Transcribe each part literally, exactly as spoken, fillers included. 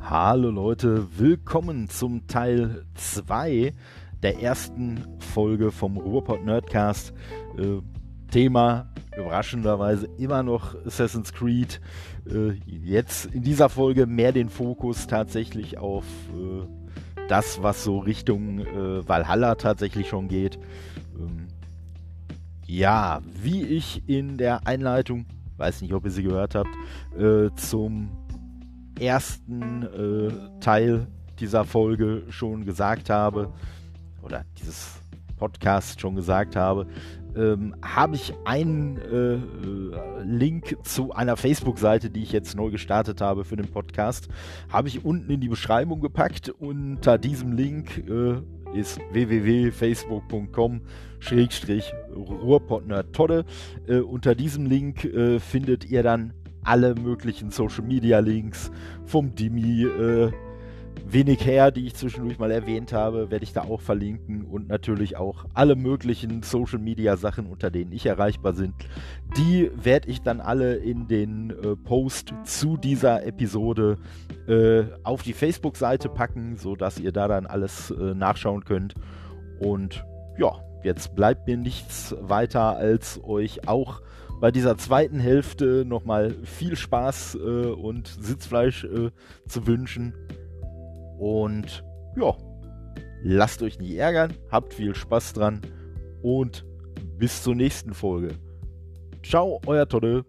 Hallo Leute, willkommen zum Teil zwei der ersten Folge vom Ruhrpott Nerdcast. Äh, Thema überraschenderweise immer noch Assassin's Creed. Äh, jetzt in dieser Folge mehr den Fokus tatsächlich auf äh, das, was so Richtung äh, Valhalla tatsächlich schon geht. Ähm, ja, wie ich in der Einleitung, weiß nicht, ob ihr sie gehört habt, äh, zum ersten äh, Teil dieser Folge schon gesagt habe, oder dieses Podcast schon gesagt habe, ähm, habe ich einen äh, Link zu einer Facebook-Seite, die ich jetzt neu gestartet habe für den Podcast, habe ich unten in die Beschreibung gepackt. Unter diesem Link äh, ist w w w punkt facebook punkt com schrägstrich ruhrpottnerdtodde. Äh, unter diesem Link äh, findet ihr dann alle möglichen Social-Media-Links vom Dimi, äh, wenig her, die ich zwischendurch mal erwähnt habe, werde ich da auch verlinken und natürlich auch alle möglichen Social-Media-Sachen, unter denen ich erreichbar bin, die werde ich dann alle in den äh, Post zu dieser Episode äh, auf die Facebook-Seite packen, sodass ihr da dann alles äh, nachschauen könnt. Und ja, jetzt bleibt mir nichts weiter, als euch auch bei dieser zweiten Hälfte nochmal viel Spaß äh, und Sitzfleisch äh, zu wünschen. Und ja, lasst euch nicht ärgern, habt viel Spaß dran und bis zur nächsten Folge. Ciao, euer Todde.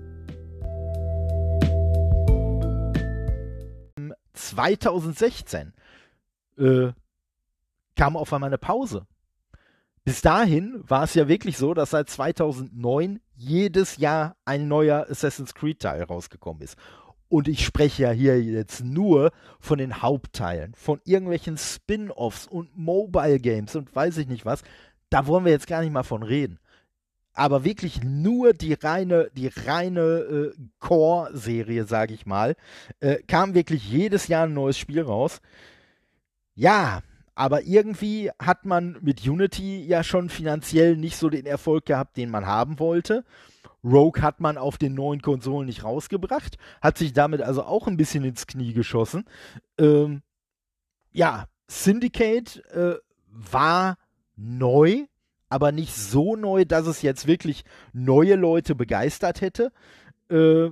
zwanzig sechzehn äh, kam auf einmal eine Pause. Bis dahin war es ja wirklich so, dass seit zweitausendneun jedes Jahr ein neuer Assassin's Creed-Teil rausgekommen ist. Und ich spreche ja hier jetzt nur von den Hauptteilen, von irgendwelchen Spin-Offs und Mobile Games und weiß ich nicht was. Da wollen wir jetzt gar nicht mal von reden. Aber wirklich nur die reine, die reine äh, Core-Serie, sage ich mal, äh, kam wirklich jedes Jahr ein neues Spiel raus. Ja, aber irgendwie hat man mit Unity ja schon finanziell nicht so den Erfolg gehabt, den man haben wollte. Rogue hat man auf den neuen Konsolen nicht rausgebracht, hat sich damit also auch ein bisschen ins Knie geschossen. Ähm, ja, Syndicate äh, war neu, aber nicht so neu, dass es jetzt wirklich neue Leute begeistert hätte. Äh,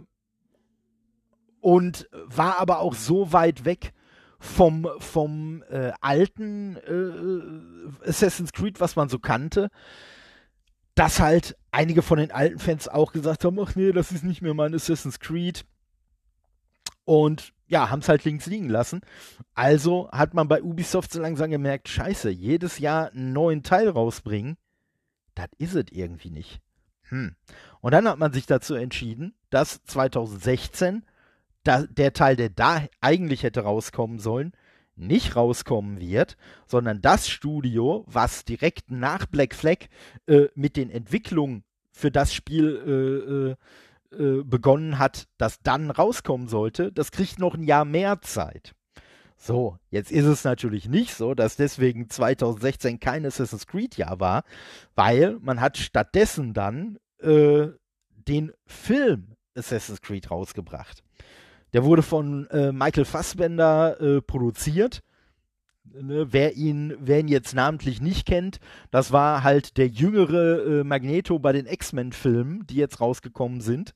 und war aber auch so weit weg vom, vom äh, alten äh, Assassin's Creed, was man so kannte, dass halt einige von den alten Fans auch gesagt haben, ach nee, das ist nicht mehr mein Assassin's Creed. Und ja, haben es halt links liegen lassen. Also hat man bei Ubisoft so langsam gemerkt, scheiße, jedes Jahr einen neuen Teil rausbringen, das ist es irgendwie nicht. Hm. Und dann hat man sich dazu entschieden, dass zwanzig sechzehn da, der Teil, der da eigentlich hätte rauskommen sollen, nicht rauskommen wird, sondern das Studio, was direkt nach Black Flag äh, mit den Entwicklungen für das Spiel äh, äh, begonnen hat, das dann rauskommen sollte, das kriegt noch ein Jahr mehr Zeit. So, jetzt ist es natürlich nicht so, dass deswegen zwanzig sechzehn kein Assassin's Creed-Jahr war, weil man hat stattdessen dann äh, den Film Assassin's Creed rausgebracht. Der wurde von äh, Michael Fassbender äh, produziert. Ne, wer ihn, wer ihn jetzt namentlich nicht kennt, das war halt der jüngere äh, Magneto bei den X-Men-Filmen, die jetzt rausgekommen sind.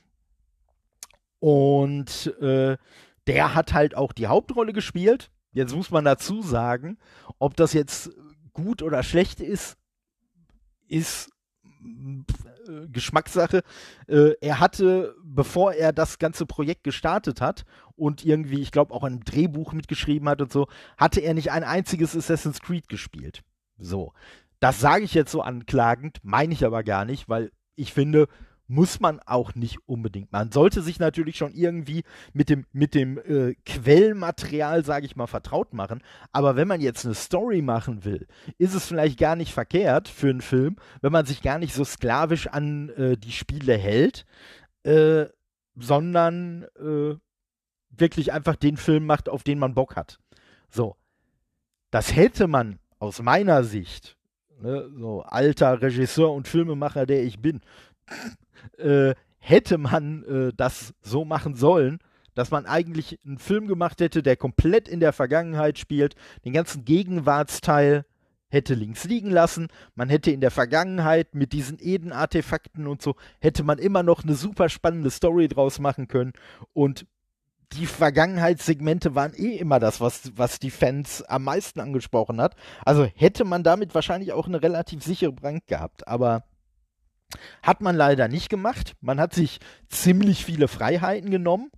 Und äh, der hat halt auch die Hauptrolle gespielt. Jetzt muss man dazu sagen, ob das jetzt gut oder schlecht ist, ist äh, Geschmackssache. Äh, er hatte, bevor er das ganze Projekt gestartet hat und irgendwie, ich glaube, auch ein Drehbuch mitgeschrieben hat und so, hatte er nicht ein einziges Assassin's Creed gespielt. So. Das sage ich jetzt so anklagend, meine ich aber gar nicht, weil ich finde, muss man auch nicht unbedingt. Man sollte sich natürlich schon irgendwie mit dem, mit dem äh, Quellmaterial, sage ich mal, vertraut machen. Aber wenn man jetzt eine Story machen will, ist es vielleicht gar nicht verkehrt für einen Film, wenn man sich gar nicht so sklavisch an äh, die Spiele hält, äh, sondern äh, wirklich einfach den Film macht, auf den man Bock hat. So. Das hätte man aus meiner Sicht, ne, so alter Regisseur und Filmemacher, der ich bin, Äh, hätte man äh, das so machen sollen, dass man eigentlich einen Film gemacht hätte, der komplett in der Vergangenheit spielt, den ganzen Gegenwartsteil hätte links liegen lassen. Man hätte in der Vergangenheit mit diesen Eden-Artefakten und so, hätte man immer noch eine super spannende Story draus machen können. Und die Vergangenheitssegmente waren eh immer das, was, was die Fans am meisten angesprochen hat. Also hätte man damit wahrscheinlich auch eine relativ sichere Bank gehabt. Aber hat man leider nicht gemacht. Man hat sich ziemlich viele Freiheiten genommen.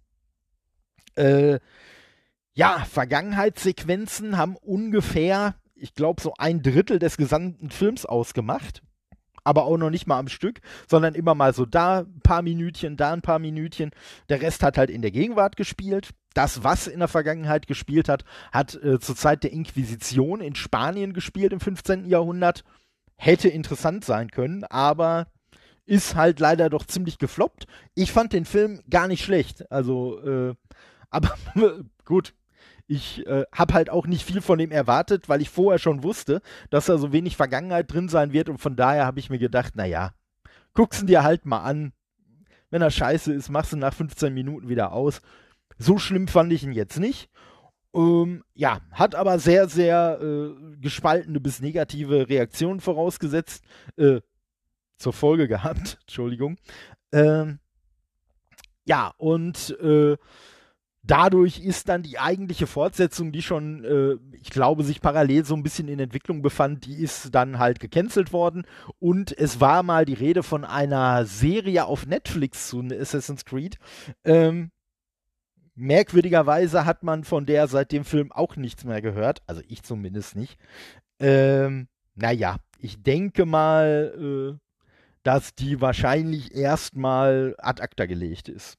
Äh, ja, Vergangenheitssequenzen haben ungefähr, ich glaube, so ein Drittel des gesamten Films ausgemacht. Aber auch noch nicht mal am Stück, sondern immer mal so da ein paar Minütchen, da ein paar Minütchen. Der Rest hat halt in der Gegenwart gespielt. Das, was in der Vergangenheit gespielt hat, hat äh, zur Zeit der Inquisition in Spanien gespielt im fünfzehnten Jahrhundert. Hätte interessant sein können, aber ist halt leider doch ziemlich gefloppt. Ich fand den Film gar nicht schlecht. Also, äh, aber gut. Ich äh, habe halt auch nicht viel von dem erwartet, weil ich vorher schon wusste, dass da so wenig Vergangenheit drin sein wird und von daher habe ich mir gedacht, naja, guck's ihn dir halt mal an. Wenn er scheiße ist, machst du nach fünfzehn Minuten wieder aus. So schlimm fand ich ihn jetzt nicht. Ähm, ja, hat aber sehr, sehr äh, gespaltene bis negative Reaktionen vorausgesetzt, äh, zur Folge gehabt, Entschuldigung. Ähm, ja, und äh, dadurch ist dann die eigentliche Fortsetzung, die schon, äh, ich glaube, sich parallel so ein bisschen in Entwicklung befand, die ist dann halt gecancelt worden. Und es war mal die Rede von einer Serie auf Netflix zu Assassin's Creed. Ähm, merkwürdigerweise hat man von der seit dem Film auch nichts mehr gehört. Also ich zumindest nicht. Ähm, naja, ich denke mal, äh, dass die wahrscheinlich erstmal ad acta gelegt ist.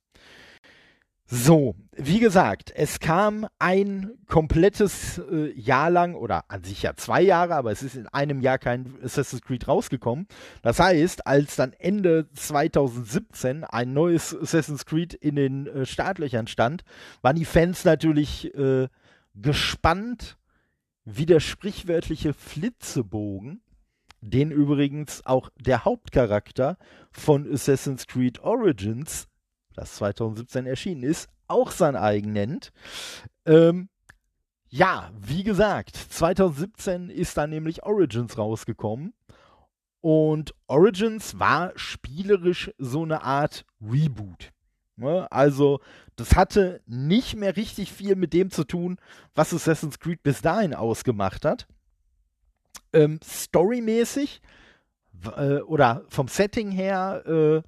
So, wie gesagt, es kam ein komplettes äh, Jahr lang, oder an sich ja zwei Jahre, aber es ist in einem Jahr kein Assassin's Creed rausgekommen. Das heißt, als dann Ende zwanzig siebzehn ein neues Assassin's Creed in den äh, Startlöchern stand, waren die Fans natürlich äh, gespannt, wie der sprichwörtliche Flitzebogen, den übrigens auch der Hauptcharakter von Assassin's Creed Origins, das zwanzig siebzehn erschienen ist, auch sein eigen nennt. Ähm, ja, wie gesagt, zwanzig siebzehn ist dann nämlich Origins rausgekommen. Und Origins war spielerisch so eine Art Reboot. Ne? Also, das hatte nicht mehr richtig viel mit dem zu tun, was Assassin's Creed bis dahin ausgemacht hat. Ähm, storymäßig äh, oder vom Setting her äh,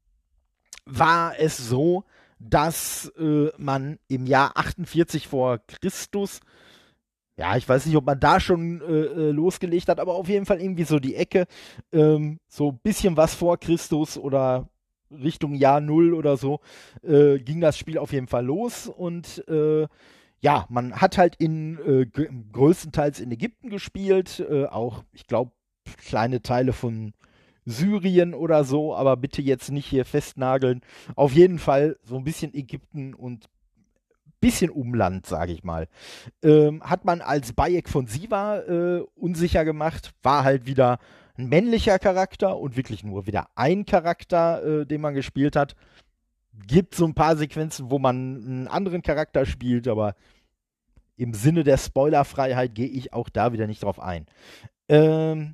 war es so, dass äh, man im Jahr achtundvierzig vor Christus, ja, ich weiß nicht, ob man da schon äh, losgelegt hat, aber auf jeden Fall irgendwie so die Ecke, ähm, so ein bisschen was vor Christus oder Richtung Jahr Null oder so, äh, ging das Spiel auf jeden Fall los und äh, ja, man hat halt in äh, größtenteils in Ägypten gespielt, äh, auch, ich glaube, kleine Teile von Syrien oder so, aber bitte jetzt nicht hier festnageln. Auf jeden Fall so ein bisschen Ägypten und ein bisschen Umland, sage ich mal. Ähm, hat man als Bayek von Siva äh, unsicher gemacht, war halt wieder ein männlicher Charakter und wirklich nur wieder ein Charakter, äh, den man gespielt hat. Gibt so ein paar Sequenzen, wo man einen anderen Charakter spielt, aber im Sinne der Spoilerfreiheit gehe ich auch da wieder nicht drauf ein. Ähm,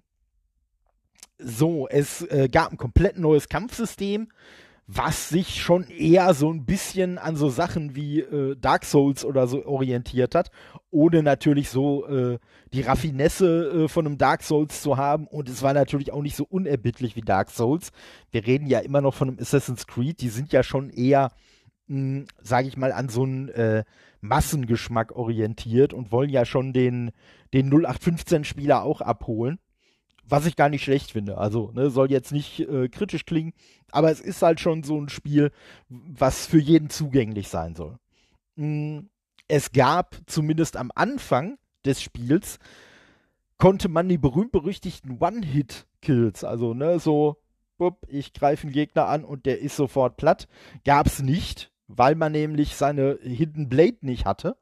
So, es äh, gab ein komplett neues Kampfsystem, was sich schon eher so ein bisschen an so Sachen wie äh, Dark Souls oder so orientiert hat, ohne natürlich so äh, die Raffinesse äh, von einem Dark Souls zu haben. Und es war natürlich auch nicht so unerbittlich wie Dark Souls. Wir reden ja immer noch von einem Assassin's Creed, die sind ja schon eher, sage ich mal, an so einen äh, Massengeschmack orientiert und wollen ja schon den, den null acht fünfzehn-Spieler auch abholen. Was ich gar nicht schlecht finde. Also, ne, soll jetzt nicht äh, kritisch klingen, aber es ist halt schon so ein Spiel, was für jeden zugänglich sein soll. Mm, Es gab zumindest am Anfang des Spiels, konnte man die berühmt-berüchtigten One-Hit-Kills, also, ne, so, bupp, ich greife einen Gegner an und der ist sofort platt, gab es nicht, weil man nämlich seine Hidden Blade nicht hatte.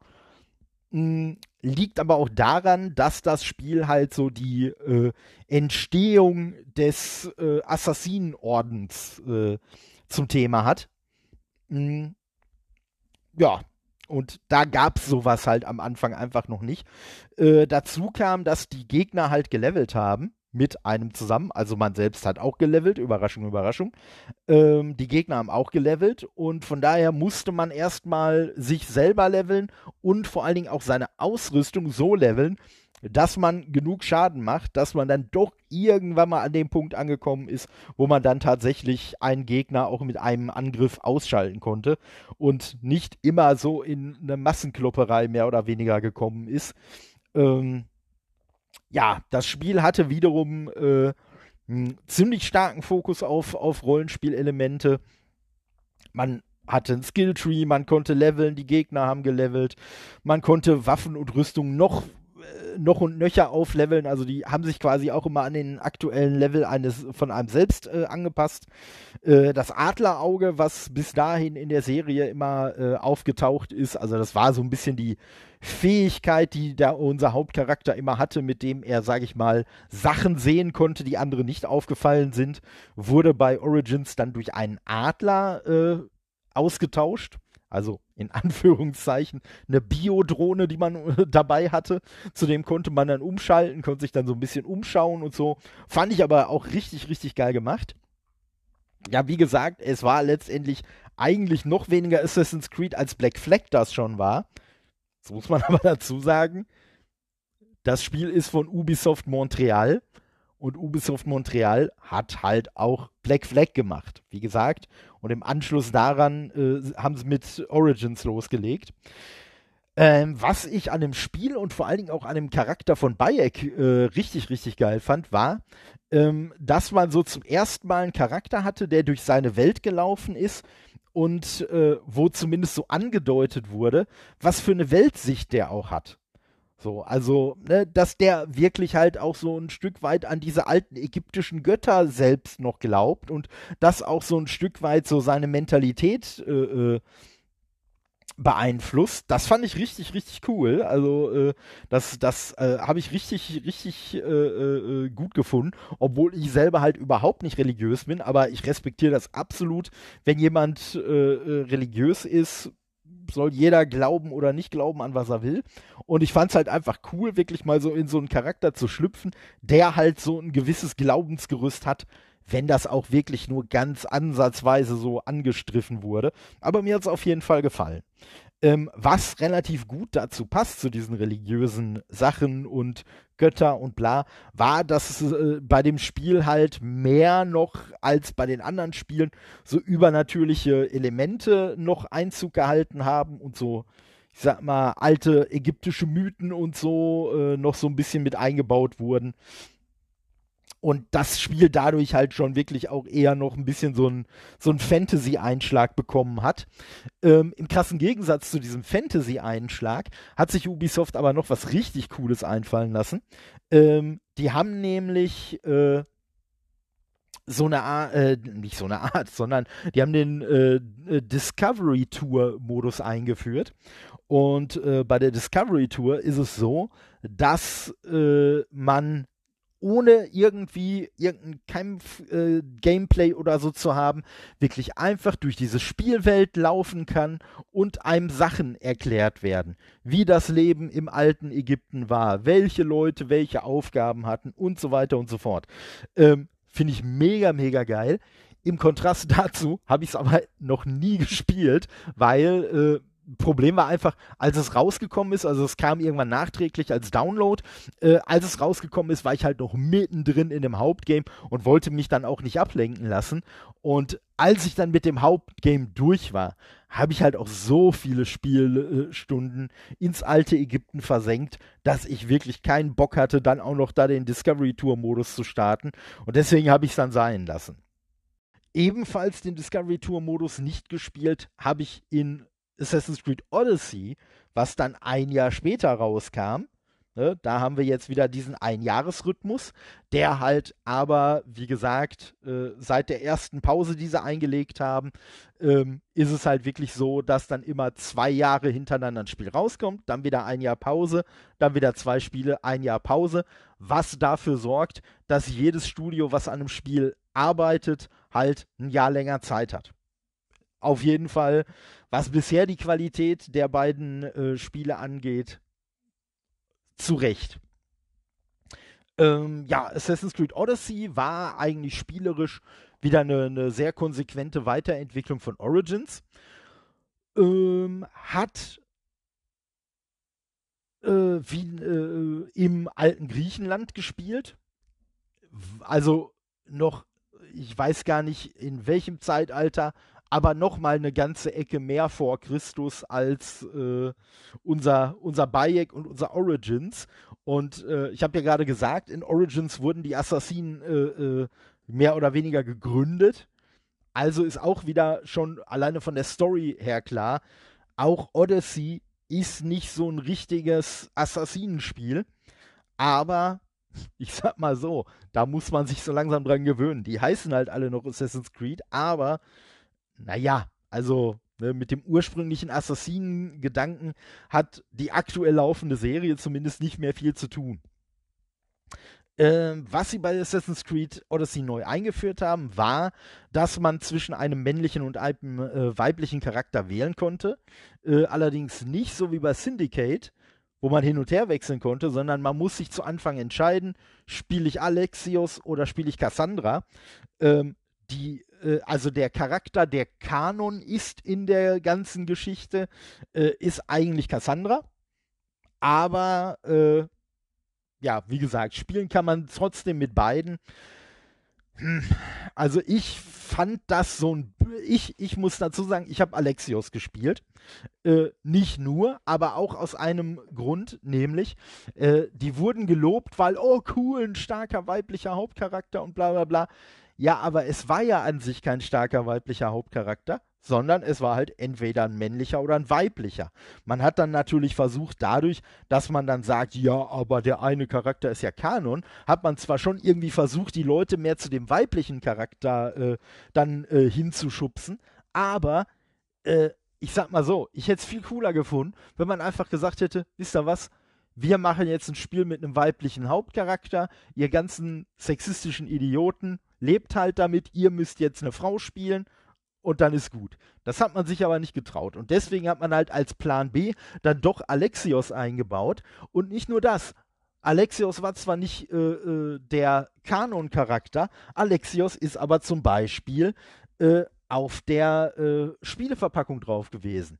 Liegt aber auch daran, dass das Spiel halt so die äh, Entstehung des äh, Assassinenordens äh, zum Thema hat. ja, und da gab es sowas halt am Anfang einfach noch nicht. Äh, dazu kam, dass die Gegner halt gelevelt haben mit einem zusammen. Also man selbst hat auch gelevelt, Überraschung, Überraschung. Ähm, die Gegner haben auch gelevelt und von daher musste man erstmal sich selber leveln und vor allen Dingen auch seine Ausrüstung so leveln, dass man genug Schaden macht, dass man dann doch irgendwann mal an dem Punkt angekommen ist, wo man dann tatsächlich einen Gegner auch mit einem Angriff ausschalten konnte und nicht immer so in eine Massenklopperei mehr oder weniger gekommen ist. Ähm, ja, das Spiel hatte wiederum äh, einen ziemlich starken Fokus auf, auf Rollenspielelemente. Man hatte einen Skilltree, man konnte leveln, die Gegner haben gelevelt, man konnte Waffen und Rüstung noch, äh, noch und nöcher aufleveln, also die haben sich quasi auch immer an den aktuellen Level eines von einem selbst äh, angepasst. Äh, das Adlerauge, was bis dahin in der Serie immer äh, aufgetaucht ist, also das war so ein bisschen die Fähigkeit, die da unser Hauptcharakter immer hatte, mit dem er, sage ich mal, Sachen sehen konnte, die anderen nicht aufgefallen sind, wurde bei Origins dann durch einen Adler äh, ausgetauscht. Also in Anführungszeichen eine Biodrohne, die man äh, dabei hatte. Zudem konnte man dann umschalten, konnte sich dann so ein bisschen umschauen und so. Fand ich aber auch richtig, richtig geil gemacht. Ja, wie gesagt, es war letztendlich eigentlich noch weniger Assassin's Creed, als Black Flag das schon war. Das muss man aber dazu sagen. Das Spiel ist von Ubisoft Montreal und Ubisoft Montreal hat halt auch Black Flag gemacht, wie gesagt. Und im Anschluss daran äh, haben sie mit Origins losgelegt. Ähm, was ich an dem Spiel und vor allen Dingen auch an dem Charakter von Bayek äh, richtig, richtig geil fand, war, ähm, dass man so zum ersten Mal einen Charakter hatte, der durch seine Welt gelaufen ist und äh, wo zumindest so angedeutet wurde, was für eine Weltsicht der auch hat. So, also, ne, dass der wirklich halt auch so ein Stück weit an diese alten ägyptischen Götter selbst noch glaubt und das auch so ein Stück weit so seine Mentalität äh, äh, beeinflusst. Das fand ich richtig, richtig cool. Also, äh, das, das äh, habe ich richtig, richtig äh, äh, gut gefunden, obwohl ich selber halt überhaupt nicht religiös bin, aber ich respektiere das absolut, wenn jemand äh, äh, religiös ist. Soll jeder glauben oder nicht glauben, an was er will. Und ich fand es halt einfach cool, wirklich mal so in so einen Charakter zu schlüpfen, der halt so ein gewisses Glaubensgerüst hat, wenn das auch wirklich nur ganz ansatzweise so angestriffen wurde. Aber mir hat es auf jeden Fall gefallen. Ähm, was relativ gut dazu passt, zu diesen religiösen Sachen und Götter und bla, war, dass es äh, bei dem Spiel halt mehr noch als bei den anderen Spielen so übernatürliche Elemente noch Einzug gehalten haben und so, ich sag mal, alte ägyptische Mythen und so äh, noch so ein bisschen mit eingebaut wurden. Und das Spiel dadurch halt schon wirklich auch eher noch ein bisschen so ein, so ein Fantasy-Einschlag bekommen hat. Ähm, Im krassen Gegensatz zu diesem Fantasy-Einschlag hat sich Ubisoft aber noch was richtig Cooles einfallen lassen. Ähm, die haben nämlich äh, so eine Art, äh, nicht so eine Art, sondern die haben den äh, Discovery Tour-Modus eingeführt. Und äh, bei der Discovery Tour ist es so, dass äh, man ohne irgendwie irgendein Kampf, äh, Gameplay oder so zu haben, wirklich einfach durch diese Spielwelt laufen kann und einem Sachen erklärt werden, wie das Leben im alten Ägypten war, welche Leute welche Aufgaben hatten und so weiter und so fort. Ähm, Finde ich mega, mega geil. Im Kontrast dazu habe ich es aber noch nie gespielt, weil äh, Problem war einfach, als es rausgekommen ist, also es kam irgendwann nachträglich als Download, äh, als es rausgekommen ist, war ich halt noch mittendrin in dem Hauptgame und wollte mich dann auch nicht ablenken lassen. Und als ich dann mit dem Hauptgame durch war, habe ich halt auch so viele Spielstunden ins alte Ägypten versenkt, dass ich wirklich keinen Bock hatte, dann auch noch da den Discovery Tour Modus zu starten. Und deswegen habe ich es dann sein lassen. Ebenfalls den Discovery Tour Modus nicht gespielt habe ich in Assassin's Creed Odyssey, was dann ein Jahr später rauskam. Ne, da haben wir jetzt wieder diesen Einjahresrhythmus, der halt aber, wie gesagt, äh, seit der ersten Pause, die sie eingelegt haben, ähm, ist es halt wirklich so, dass dann immer zwei Jahre hintereinander ein Spiel rauskommt, dann wieder ein Jahr Pause, dann wieder zwei Spiele, ein Jahr Pause, was dafür sorgt, dass jedes Studio, was an einem Spiel arbeitet, halt ein Jahr länger Zeit hat. auf jeden Fall, was bisher die Qualität der beiden äh, Spiele angeht, zu Recht. Ähm, ja, Assassin's Creed Odyssey war eigentlich spielerisch wieder eine, eine sehr konsequente Weiterentwicklung von Origins. Ähm, hat äh, wie äh, im alten Griechenland gespielt. Also noch, ich weiß gar nicht in welchem Zeitalter, aber noch mal eine ganze Ecke mehr vor Christus als äh, unser, unser Bayek und unser Origins. Und äh, ich habe ja gerade gesagt, in Origins wurden die Assassinen äh, äh, mehr oder weniger gegründet. Also ist auch wieder schon alleine von der Story her klar, auch Odyssey ist nicht so ein richtiges Assassinenspiel, aber ich sag mal so, da muss man sich so langsam dran gewöhnen. Die heißen halt alle noch Assassin's Creed, aber naja, also ne, mit dem ursprünglichen Assassinen-Gedanken hat die aktuell laufende Serie zumindest nicht mehr viel zu tun. Ähm, was sie bei Assassin's Creed Odyssey neu eingeführt haben, war, dass man zwischen einem männlichen und einem äh, weiblichen Charakter wählen konnte. Äh, allerdings nicht so wie bei Syndicate, wo man hin und her wechseln konnte, sondern man muss sich zu Anfang entscheiden, spiele ich Alexios oder spiele ich Cassandra. Ähm, die, äh, also der Charakter, der Kanon ist in der ganzen Geschichte, äh, ist eigentlich Cassandra. Aber äh, ja, wie gesagt, spielen kann man trotzdem mit beiden. Hm, Also ich fand das so ein... Ich, ich muss dazu sagen, ich habe Alexios gespielt. Äh, nicht nur, aber auch aus einem Grund, nämlich, äh, die wurden gelobt, weil, oh cool, ein starker weiblicher Hauptcharakter und bla bla bla. Ja, aber es war ja an sich kein starker weiblicher Hauptcharakter, sondern es war halt entweder ein männlicher oder ein weiblicher. Man hat dann natürlich versucht, dadurch, dass man dann sagt, ja, aber der eine Charakter ist ja Kanon, hat man zwar schon irgendwie versucht, die Leute mehr zu dem weiblichen Charakter äh, dann äh, hinzuschubsen, aber äh, ich sag mal so, ich hätte es viel cooler gefunden, wenn man einfach gesagt hätte, wisst ihr was, wir machen jetzt ein Spiel mit einem weiblichen Hauptcharakter, ihr ganzen sexistischen Idioten, lebt halt damit, ihr müsst jetzt eine Frau spielen und dann ist gut. Das hat man sich aber nicht getraut. Und deswegen hat man halt als Plan B dann doch Alexios eingebaut. Und nicht nur das. Alexios war zwar nicht äh, äh, der Kanon-Charakter, Alexios ist aber zum Beispiel äh, auf der äh, Spieleverpackung drauf gewesen.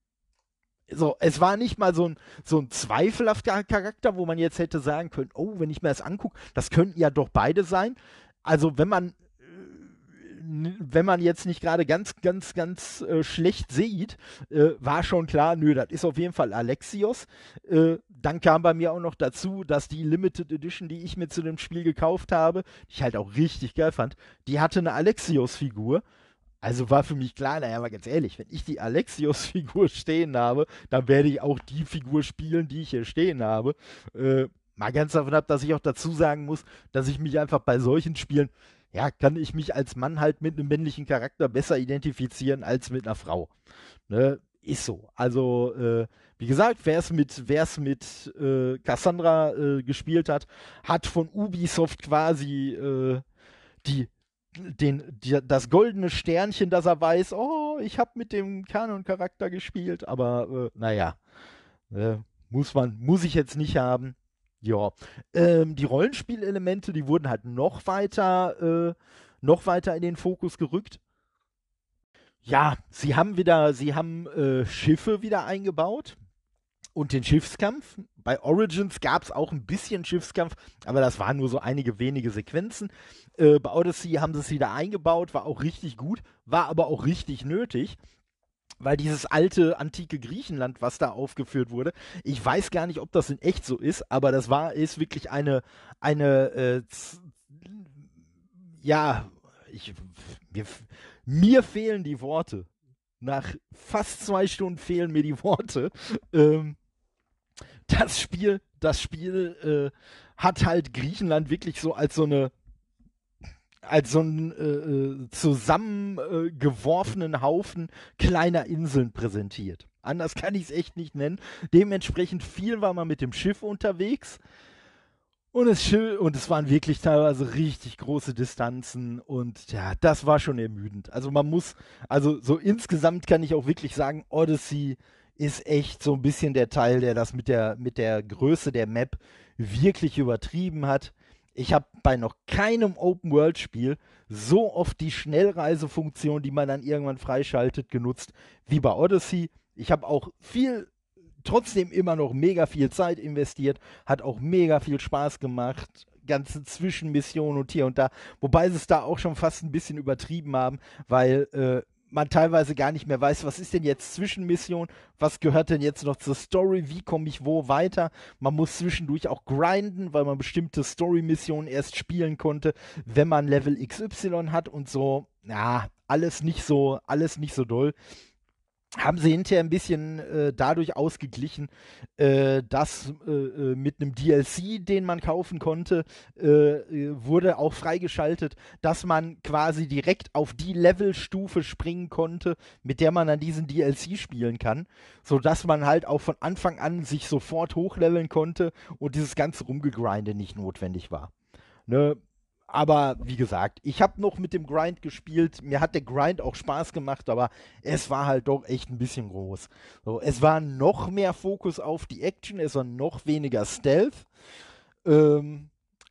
So, es war nicht mal so ein, so ein zweifelhafter Charakter, wo man jetzt hätte sagen können, oh, wenn ich mir das angucke, das könnten ja doch beide sein. Also wenn man wenn man jetzt nicht gerade ganz, ganz, ganz äh, schlecht sieht, äh, war schon klar, nö, das ist auf jeden Fall Alexios. Äh, dann kam bei mir auch noch dazu, dass die Limited Edition, die ich mir zu dem Spiel gekauft habe, die ich halt auch richtig geil fand, die hatte eine Alexios-Figur. Also war für mich klar, naja, aber ganz ehrlich, wenn ich die Alexios-Figur stehen habe, dann werde ich auch die Figur spielen, die ich hier stehen habe. Äh, mal ganz davon ab, dass ich auch dazu sagen muss, dass ich mich einfach bei solchen Spielen ja, kann ich mich als Mann halt mit einem männlichen Charakter besser identifizieren als mit einer Frau. Ne? Ist so. Also, äh, wie gesagt, wer es mit, wer's mit äh, Cassandra äh, gespielt hat, hat von Ubisoft quasi äh, die, den, die, das goldene Sternchen, dass er weiß, oh, ich habe mit dem Kanon-Charakter gespielt, aber äh, naja, äh, muss man, muss ich jetzt nicht haben. Ja, ähm, die Rollenspielelemente, die wurden halt noch weiter, äh, noch weiter in den Fokus gerückt. Ja, sie haben wieder, sie haben äh, Schiffe wieder eingebaut und den Schiffskampf. Bei Origins gab es auch ein bisschen Schiffskampf, aber das waren nur so einige wenige Sequenzen. Äh, bei Odyssey haben sie es wieder eingebaut, war auch richtig gut, war aber auch richtig nötig. Weil dieses alte, antike Griechenland, was da aufgeführt wurde, ich weiß gar nicht, ob das in echt so ist, aber das war, ist wirklich eine, eine, äh, z- ja, ich, mir, mir fehlen die Worte. Nach fast zwei Stunden fehlen mir die Worte. Ähm, das Spiel, das Spiel äh, hat halt Griechenland wirklich so als so eine als so einen äh, äh, zusammengeworfenen äh, Haufen kleiner Inseln präsentiert. Anders kann ich es echt nicht nennen. Dementsprechend viel war man mit dem Schiff unterwegs. Und es, schö- und es waren wirklich teilweise richtig große Distanzen und ja, das war schon ermüdend. Also man muss, also so insgesamt kann ich auch wirklich sagen, Odyssey ist echt so ein bisschen der Teil, der das mit der, mit der Größe der Map wirklich übertrieben hat. Ich habe bei noch keinem Open-World-Spiel so oft die Schnellreisefunktion, die man dann irgendwann freischaltet, genutzt wie bei Odyssey. Ich habe auch viel trotzdem immer noch mega viel Zeit investiert, hat auch mega viel Spaß gemacht. Ganze Zwischenmissionen und hier und da. Wobei sie es da auch schon fast ein bisschen übertrieben haben, weil äh, man teilweise gar nicht mehr weiß, was ist denn jetzt Zwischenmission, was gehört denn jetzt noch zur Story, wie komme ich wo weiter. Man muss zwischendurch auch grinden, weil man bestimmte Story-Missionen erst spielen konnte, wenn man Level X Y hat und so. Ja, alles nicht so, alles nicht so doll. Haben sie hinterher ein bisschen äh, dadurch ausgeglichen, äh, dass äh, äh, mit einem D L C, den man kaufen konnte, äh, äh, wurde auch freigeschaltet, dass man quasi direkt auf die Levelstufe springen konnte, mit der man dann diesen D L C spielen kann, sodass man halt auch von Anfang an sich sofort hochleveln konnte und dieses ganze Rumgegrinde nicht notwendig war. Ne? Aber wie gesagt, ich habe noch mit dem Grind gespielt. Mir hat der Grind auch Spaß gemacht, aber es war halt doch echt ein bisschen groß. So, es war noch mehr Fokus auf die Action, es war noch weniger Stealth. Ähm,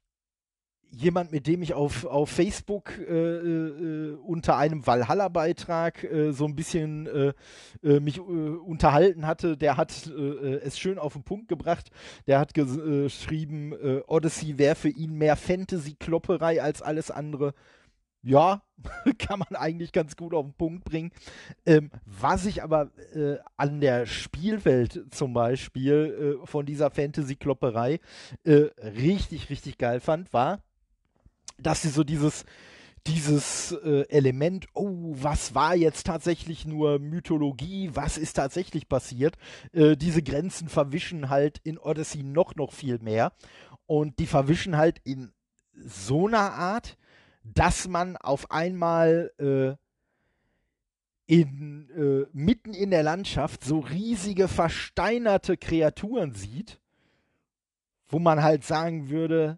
Jemand, mit dem ich auf, auf Facebook äh, äh, unter einem Valhalla-Beitrag äh, so ein bisschen äh, äh, mich äh, unterhalten hatte, der hat äh, es schön auf den Punkt gebracht. Der hat äh, geschrieben, äh, Odyssey wäre für ihn mehr Fantasy-Klopperei als alles andere. Ja, kann man eigentlich ganz gut auf den Punkt bringen. Ähm, was ich aber äh, an der Spielwelt zum Beispiel äh, von dieser Fantasy-Klopperei äh, richtig, richtig geil fand, war, dass sie so dieses, dieses äh, Element, oh, was war jetzt tatsächlich nur Mythologie, was ist tatsächlich passiert, äh, diese Grenzen verwischen halt in Odyssey noch, noch viel mehr. Und die verwischen halt in so einer Art, dass man auf einmal äh, in, äh, mitten in der Landschaft so riesige versteinerte Kreaturen sieht, wo man halt sagen würde,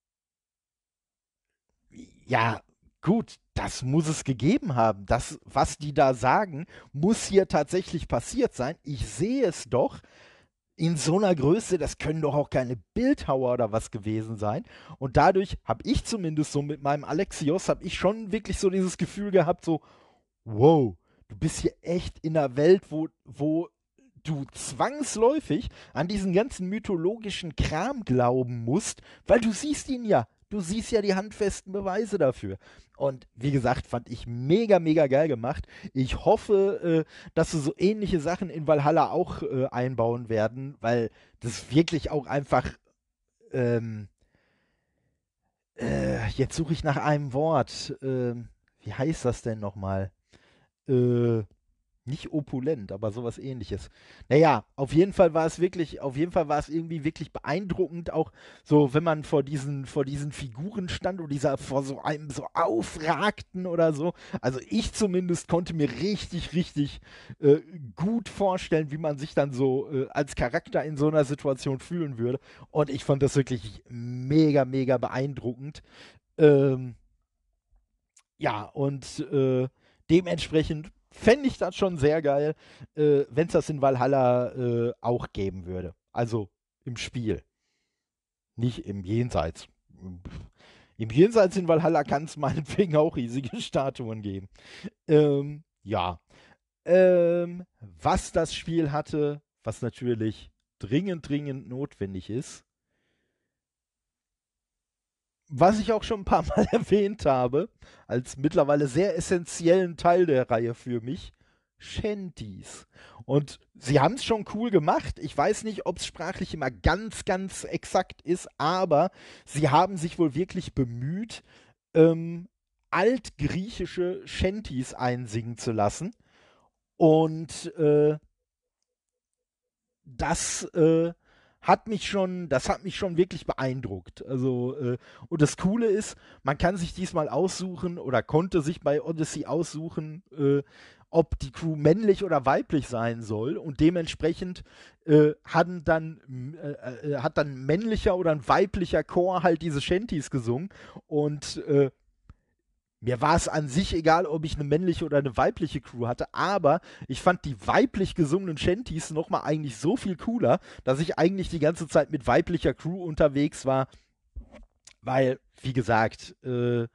ja, gut, das muss es gegeben haben. Das, was die da sagen, muss hier tatsächlich passiert sein. Ich sehe es doch in so einer Größe, das können doch auch keine Bildhauer oder was gewesen sein. Und dadurch habe ich zumindest so mit meinem Alexios, habe ich schon wirklich so dieses Gefühl gehabt, so, wow, du bist hier echt in einer Welt, wo, wo du zwangsläufig an diesen ganzen mythologischen Kram glauben musst, weil du siehst ihn ja. Du siehst ja die handfesten Beweise dafür. Und wie gesagt, fand ich mega, mega geil gemacht. Ich hoffe, äh, dass sie so ähnliche Sachen in Valhalla auch äh, einbauen werden, weil das wirklich auch einfach, ähm, äh, jetzt suche ich nach einem Wort. Ähm, wie heißt das denn nochmal? Äh, Nicht opulent, aber sowas ähnliches. Naja, auf jeden Fall war es wirklich, auf jeden Fall war es irgendwie wirklich beeindruckend, auch so, wenn man vor diesen, vor diesen Figuren stand und dieser vor so einem so aufragten oder so. Also ich zumindest konnte mir richtig, richtig äh, gut vorstellen, wie man sich dann so äh, als Charakter in so einer Situation fühlen würde. Und ich fand das wirklich mega, mega beeindruckend. Ähm, ja, und äh, dementsprechend fände ich das schon sehr geil, äh, wenn es das in Valhalla äh, auch geben würde. Also im Spiel, nicht im Jenseits. Im Jenseits in Valhalla kann es meinetwegen auch riesige Statuen geben. Ähm, ja. Ähm, was das Spiel hatte, was natürlich dringend, dringend notwendig ist, was ich auch schon ein paar Mal erwähnt habe, als mittlerweile sehr essentiellen Teil der Reihe für mich, Shanties. Und sie haben es schon cool gemacht. Ich weiß nicht, ob es sprachlich immer ganz, ganz exakt ist, aber sie haben sich wohl wirklich bemüht, ähm, altgriechische Shanties einsingen zu lassen. Und äh, das äh, hat mich schon, das hat mich schon wirklich beeindruckt. Also, äh, und das Coole ist, man kann sich diesmal aussuchen oder konnte sich bei Odyssey aussuchen, äh, ob die Crew männlich oder weiblich sein soll. Und dementsprechend äh, hatten dann, äh, äh, hat dann ein männlicher oder ein weiblicher Chor halt diese Shanties gesungen. Und äh, mir war es an sich egal, ob ich eine männliche oder eine weibliche Crew hatte, aber ich fand die weiblich gesungenen Shanties nochmal eigentlich so viel cooler, dass ich eigentlich die ganze Zeit mit weiblicher Crew unterwegs war, weil, wie gesagt, äh,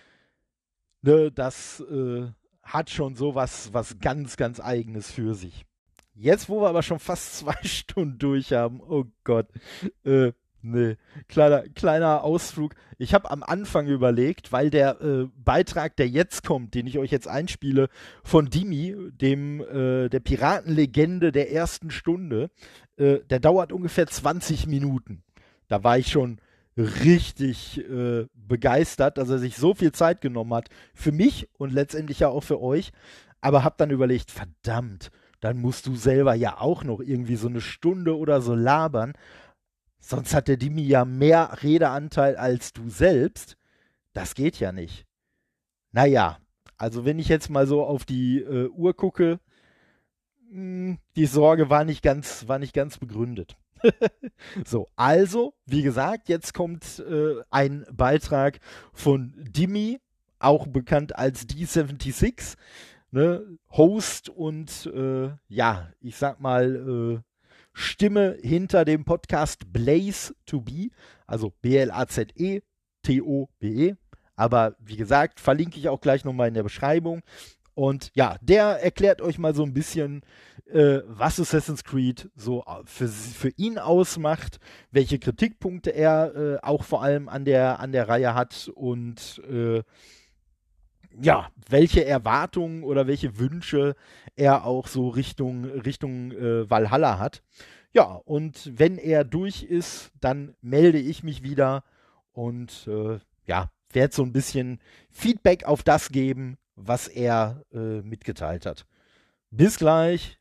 ne, das äh, hat schon so was, was ganz, ganz Eigenes für sich. Jetzt, wo wir aber schon fast zwei Stunden durch haben, oh Gott, äh, nee, kleiner, kleiner Ausflug. Ich habe am Anfang überlegt, weil der äh, Beitrag, der jetzt kommt, den ich euch jetzt einspiele, von Dimi, dem äh, der Piratenlegende der ersten Stunde, äh, der dauert ungefähr zwanzig Minuten. Da war ich schon richtig äh, begeistert, dass er sich so viel Zeit genommen hat für mich und letztendlich ja auch für euch. Aber habe dann überlegt, verdammt, dann musst du selber ja auch noch irgendwie so eine Stunde oder so labern. Sonst hat der Dimi ja mehr Redeanteil als du selbst. Das geht ja nicht. Naja, also wenn ich jetzt mal so auf die äh, Uhr gucke, mh, die Sorge war nicht ganz, war nicht ganz begründet. So, also, wie gesagt, jetzt kommt äh, ein Beitrag von Dimi, auch bekannt als D sechsundsiebzig, ne, Host und äh, ja, ich sag mal, äh, Stimme hinter dem Podcast Blaze to Be, also B L A Z E T O B E. Aber wie gesagt, verlinke ich auch gleich nochmal in der Beschreibung. Und ja, der erklärt euch mal so ein bisschen, äh, was Assassin's Creed so für, für ihn ausmacht, welche Kritikpunkte er äh, auch vor allem an der, an der Reihe hat und äh, ja, welche Erwartungen oder welche Wünsche er auch so Richtung, Richtung äh, Valhalla hat. Ja, und wenn er durch ist, dann melde ich mich wieder und äh, ja, werde so ein bisschen Feedback auf das geben, was er äh, mitgeteilt hat. Bis gleich.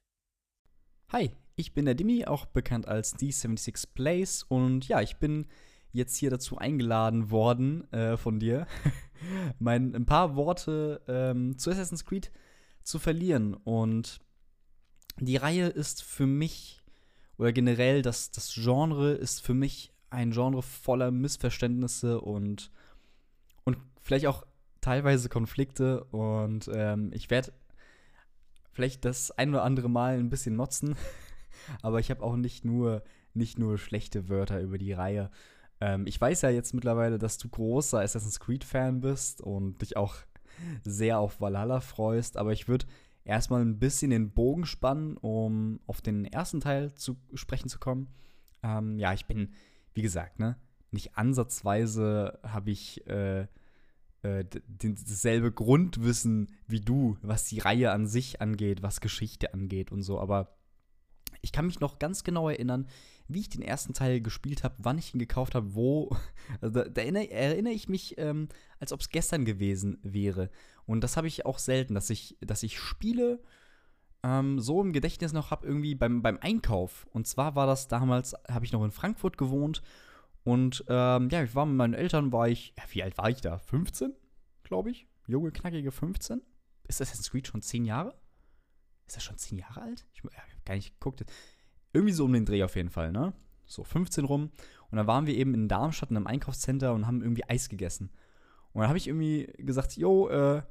Hi, ich bin der Dimi, auch bekannt als D sechsundsiebzig Plays und ja, ich bin jetzt hier dazu eingeladen worden äh, von dir, mein, ein paar Worte ähm, zu Assassin's Creed zu verlieren. Und die Reihe ist für mich, oder generell das, das Genre ist für mich ein Genre voller Missverständnisse und, und vielleicht auch teilweise Konflikte. Und ähm, ich werde vielleicht das ein oder andere Mal ein bisschen motzen, aber ich habe auch nicht nur, nicht nur schlechte Wörter über die Reihe. Ähm, ich weiß ja jetzt mittlerweile, dass du großer Assassin's Creed-Fan bist und dich auch sehr auf Valhalla freust, aber ich würde erstmal ein bisschen den Bogen spannen, um auf den ersten Teil zu sprechen zu kommen. Ähm, ja, ich bin, wie gesagt, ne, nicht ansatzweise habe ich äh, äh, d- dasselbe Grundwissen wie du, was die Reihe an sich angeht, was Geschichte angeht und so, aber ich kann mich noch ganz genau erinnern, wie ich den ersten Teil gespielt habe, wann ich ihn gekauft habe, wo. Also da, da erinnere, erinnere ich mich, ähm, als ob es gestern gewesen wäre. Und das habe ich auch selten, dass ich, dass ich Spiele ähm, so im Gedächtnis noch habe, irgendwie beim, beim Einkauf. Und zwar war das damals, habe ich noch in Frankfurt gewohnt. Und ähm, ja, ich war mit meinen Eltern, war ich, ja, wie alt war ich da? fünfzehn, glaube ich. Junge, knackige fünfzehn. Ist Assassin's Creed schon zehn Jahre? Ist das schon zehn Jahre alt? Ich habe gar nicht geguckt. Irgendwie so um den Dreh auf jeden Fall, ne? So fünfzehn rum. Und dann waren wir eben in Darmstadt in einem Einkaufscenter und haben irgendwie Eis gegessen. Und dann habe ich irgendwie gesagt, jo, äh,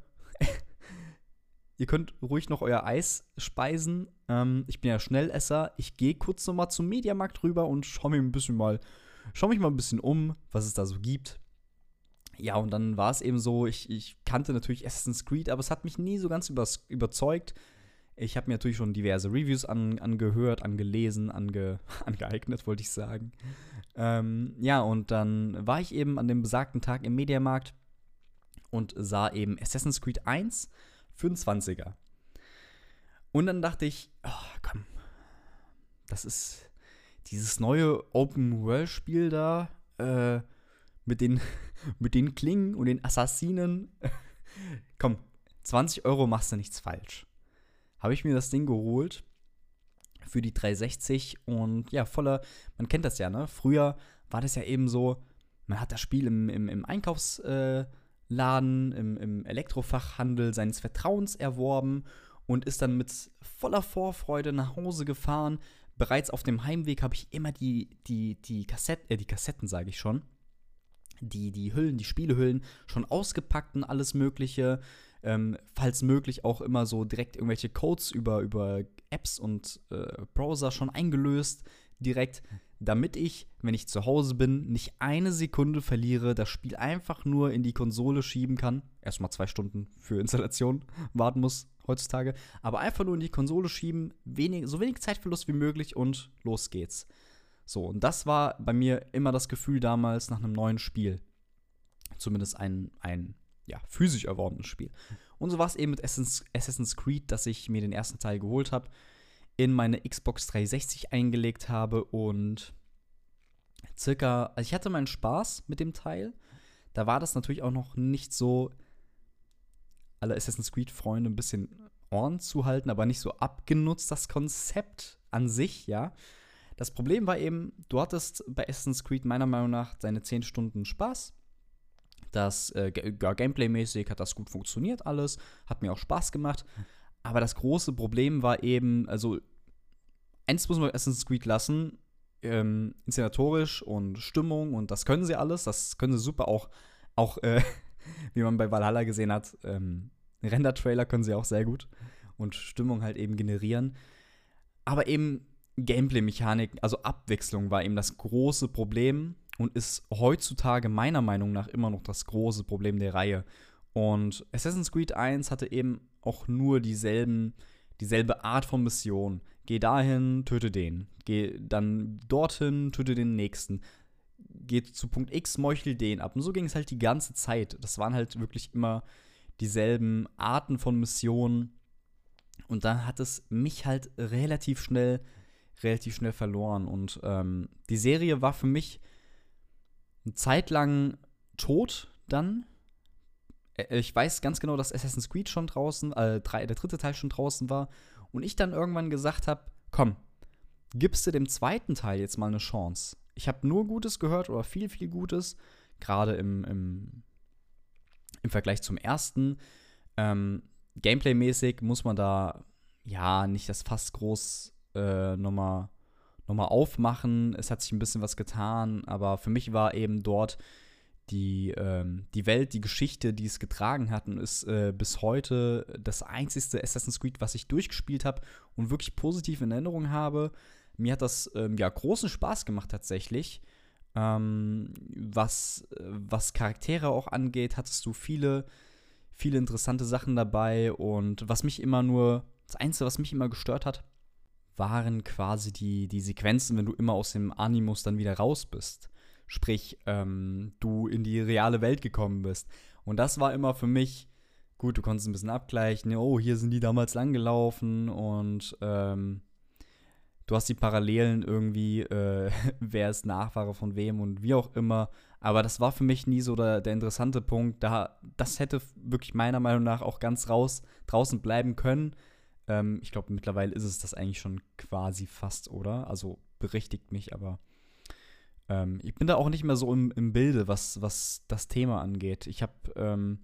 ihr könnt ruhig noch euer Eis speisen. Ähm, ich bin ja Schnellesser. Ich gehe kurz noch mal zum Mediamarkt rüber und schaue mich ein bisschen mal, schau mich mal ein bisschen um, was es da so gibt. Ja, und dann war es eben so, ich, ich kannte natürlich Assassin's Creed, aber es hat mich nie so ganz übers, überzeugt. Ich habe mir natürlich schon diverse Reviews an, angehört, angelesen, ange, angeeignet, wollte ich sagen. Ähm, ja, und dann war ich eben an dem besagten Tag im Mediamarkt und sah eben Assassin's Creed eins für einen zwanziger. Und dann dachte ich, oh, komm, das ist dieses neue Open-World-Spiel da, äh, mit den, mit den Klingen und den Assassinen. Komm, zwanzig Euro machst du nichts falsch. Habe ich mir das Ding geholt für die dreihundertsechzig und ja, voller, man kennt das ja, ne? Früher war das ja eben so, man hat das Spiel im, im, im Einkaufsladen, äh, im, im Elektrofachhandel seines Vertrauens erworben und ist dann mit voller Vorfreude nach Hause gefahren. Bereits auf dem Heimweg habe ich immer die, die, die Kassetten, äh, die Kassetten sage ich schon, die, die Hüllen, die Spielehüllen schon ausgepackt und alles Mögliche. Ähm, falls möglich auch immer so direkt irgendwelche Codes über, über Apps und äh, Browser schon eingelöst, direkt, damit ich, wenn ich zu Hause bin, nicht eine Sekunde verliere, das Spiel einfach nur in die Konsole schieben kann. Erstmal zwei Stunden für Installation warten muss heutzutage, aber einfach nur in die Konsole schieben, wenig, so wenig Zeitverlust wie möglich und los geht's. So, und das war bei mir immer das Gefühl damals nach einem neuen Spiel. Zumindest ein, ein ja, physisch erworbenes Spiel. Und so war es eben mit Assassin's Creed, dass ich mir den ersten Teil geholt habe, in meine Xbox dreihundertsechzig eingelegt habe und circa, also ich hatte meinen Spaß mit dem Teil. Da war das natürlich auch noch nicht so, alle Assassin's Creed-Freunde ein bisschen Ohren zu halten, aber nicht so abgenutzt, das Konzept an sich, ja. Das Problem war eben, du hattest bei Assassin's Creed meiner Meinung nach deine zehn Stunden Spaß. Das äh, Gameplay-mäßig hat das gut funktioniert alles, hat mir auch Spaß gemacht. Aber das große Problem war eben, also eins muss man bei Assassin's Creed lassen, ähm, inszenatorisch und Stimmung und das können sie alles, das können sie super auch, auch äh, wie man bei Valhalla gesehen hat, ähm, Render-Trailer können sie auch sehr gut und Stimmung halt eben generieren. Aber eben Gameplay-Mechanik, also Abwechslung war eben das große Problem und ist heutzutage meiner Meinung nach immer noch das große Problem der Reihe. Und Assassin's Creed eins hatte eben auch nur dieselben, dieselbe Art von Mission. Geh dahin, töte den. Geh dann dorthin, töte den nächsten. Geh zu Punkt X, meuchel den ab. Und so ging es halt die ganze Zeit. Das waren halt wirklich immer dieselben Arten von Missionen. Und da hat es mich halt relativ schnell, relativ schnell verloren. Und ähm, die Serie war für mich eine Zeit lang tot dann. Ich weiß ganz genau, dass Assassin's Creed schon draußen, äh, drei, der dritte Teil schon draußen war. Und ich dann irgendwann gesagt habe, komm, gibst du dem zweiten Teil jetzt mal eine Chance. Ich habe nur Gutes gehört oder viel, viel Gutes. Gerade im, im, im Vergleich zum ersten. Ähm, Gameplay-mäßig muss man da ja nicht das Fass groß äh, nochmal noch mal aufmachen. Es hat sich ein bisschen was getan, aber für mich war eben dort die, ähm, die Welt, die Geschichte, die es getragen hat und ist äh, bis heute das einzigste Assassin's Creed, was ich durchgespielt habe und wirklich positiv in Erinnerung habe. Mir hat das ähm, ja großen Spaß gemacht tatsächlich. Ähm, was, was Charaktere auch angeht, hattest du viele, viele interessante Sachen dabei und was mich immer nur, das Einzige, was mich immer gestört hat, waren quasi die, die Sequenzen, wenn du immer aus dem Animus dann wieder raus bist. Sprich, ähm, du in die reale Welt gekommen bist. Und das war immer für mich, gut, du konntest ein bisschen abgleichen, oh, hier sind die damals langgelaufen und ähm, du hast die Parallelen irgendwie, äh, wer ist Nachfahre von wem und wie auch immer. Aber das war für mich nie so der, der interessante Punkt. Da, das hätte wirklich meiner Meinung nach auch ganz raus draußen bleiben können. Ähm, ich glaube, mittlerweile ist es das eigentlich schon quasi fast, oder? Also berichtigt mich, aber ähm, ich bin da auch nicht mehr so im, im Bilde, was, was das Thema angeht. Ich habe ähm,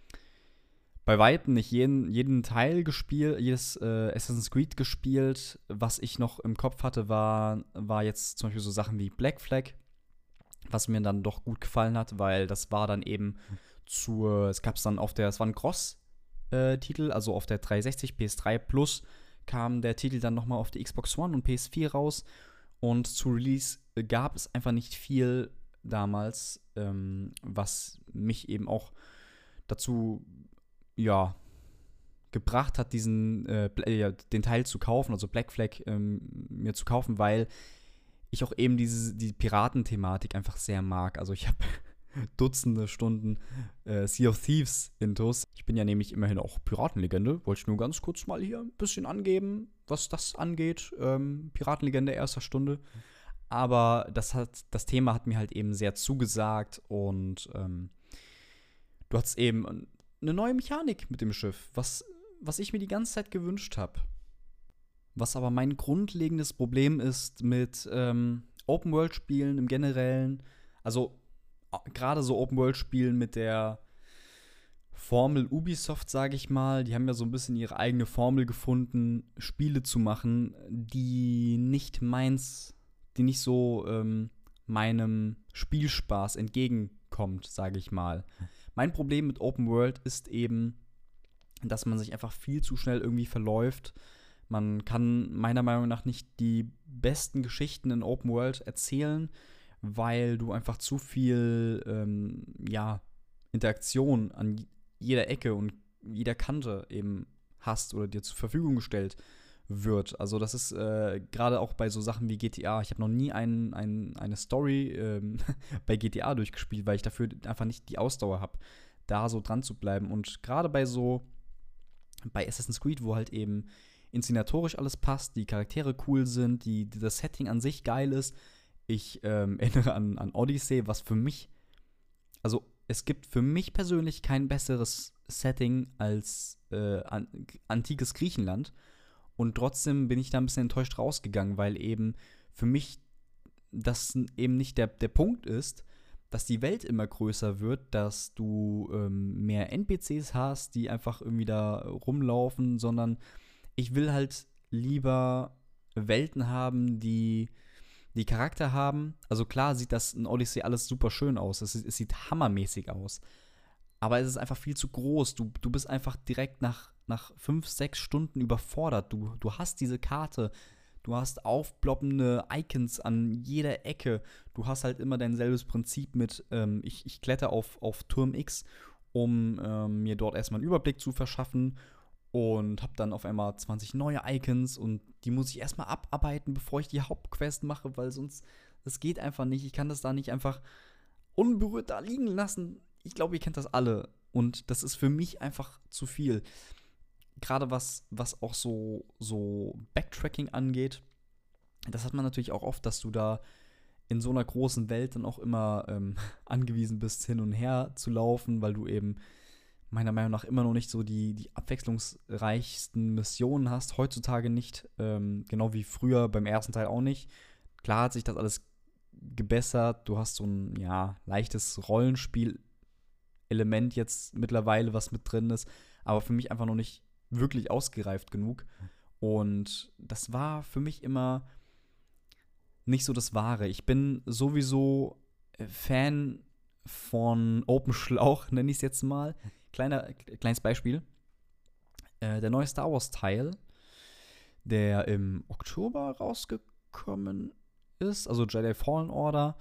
bei weitem nicht jeden, jeden Teil gespielt, jedes äh, Assassin's Creed gespielt. Was ich noch im Kopf hatte, war, war jetzt zum Beispiel so Sachen wie Black Flag, was mir dann doch gut gefallen hat, weil das war dann eben zur, es gab es dann auf der, es war ein Cross-Titel, also auf der dreihundertsechzig, P S drei Plus kam der Titel dann nochmal auf die Xbox One und P S vier raus. Und zu Release gab es einfach nicht viel damals, ähm, was mich eben auch dazu, ja, gebracht hat, diesen, äh, ja, den Teil zu kaufen, also Black Flag ähm, mir zu kaufen, weil ich auch eben diese, die Piratenthematik einfach sehr mag. Also ich habe Dutzende Stunden äh, Sea of Thieves intus. Ich bin ja nämlich immerhin auch Piratenlegende. Wollte ich nur ganz kurz mal hier ein bisschen angeben, was das angeht. Ähm, Piratenlegende erster Stunde. Aber das, hat, das Thema hat mir halt eben sehr zugesagt und ähm, du hattest eben eine neue Mechanik mit dem Schiff, was, was ich mir die ganze Zeit gewünscht habe. Was aber mein grundlegendes Problem ist mit ähm, Open-World-Spielen im Generellen, also äh, gerade so Open-World-Spielen mit der Formel Ubisoft, sage ich mal, die haben ja so ein bisschen ihre eigene Formel gefunden, Spiele zu machen, die nicht meins, die nicht so ähm, meinem Spielspaß entgegenkommt, sage ich mal. Mein Problem mit Open World ist eben, dass man sich einfach viel zu schnell irgendwie verläuft. Man kann meiner Meinung nach nicht die besten Geschichten in Open World erzählen, weil du einfach zu viel ähm, ja, Interaktion an jeder Ecke und jeder Kante eben hast oder dir zur Verfügung gestellt wird. Also das ist äh, gerade auch bei so Sachen wie G T A. Ich habe noch nie ein, ein, eine Story ähm, bei G T A durchgespielt, weil ich dafür einfach nicht die Ausdauer habe, da so dran zu bleiben. Und gerade bei so, bei Assassin's Creed, wo halt eben inszenatorisch alles passt, die Charaktere cool sind, die, die das Setting an sich geil ist. Ich ähm, erinnere an, an Odyssey, was für mich, also es gibt für mich persönlich kein besseres Setting als äh, an, antikes Griechenland. Und trotzdem bin ich da ein bisschen enttäuscht rausgegangen, weil eben für mich das eben nicht der, der Punkt ist, dass die Welt immer größer wird, dass du ähm, mehr N P Cs hast, die einfach irgendwie da rumlaufen, sondern ich will halt lieber Welten haben, die die Charakter haben. Also klar sieht das in Odyssey alles super schön aus. Es, es sieht hammermäßig aus. Aber es ist einfach viel zu groß. Du, du bist einfach direkt nach, nach fünf, sechs Stunden überfordert. Du, du hast diese Karte. Du hast aufploppende Icons an jeder Ecke. Du hast halt immer dein selbes Prinzip mit, ähm, ich, ich kletter auf, auf Turm X, um ähm, mir dort erstmal einen Überblick zu verschaffen. Und hab dann auf einmal zwanzig neue Icons und die muss ich erstmal abarbeiten, bevor ich die Hauptquest mache, weil sonst, das geht einfach nicht. Ich kann das da nicht einfach unberührt da liegen lassen. Ich glaube, ihr kennt das alle. Und das ist für mich einfach zu viel. Gerade was, was auch so, so Backtracking angeht, das hat man natürlich auch oft, dass du da in so einer großen Welt dann auch immer ähm, angewiesen bist, hin und her zu laufen, weil du eben meiner Meinung nach immer noch nicht so die, die abwechslungsreichsten Missionen hast. Heutzutage nicht, ähm, genau wie früher beim ersten Teil auch nicht. Klar hat sich das alles gebessert. Du hast so ein, ja, leichtes Rollenspiel-Element jetzt mittlerweile, was mit drin ist. Aber für mich einfach noch nicht wirklich ausgereift genug. Und das war für mich immer nicht so das Wahre. Ich bin sowieso Fan von Open Schlauch, nenne ich es jetzt mal. Kleiner, kleines Beispiel. Äh, der neue Star Wars-Teil, der im Oktober rausgekommen ist, also Jedi Fallen Order,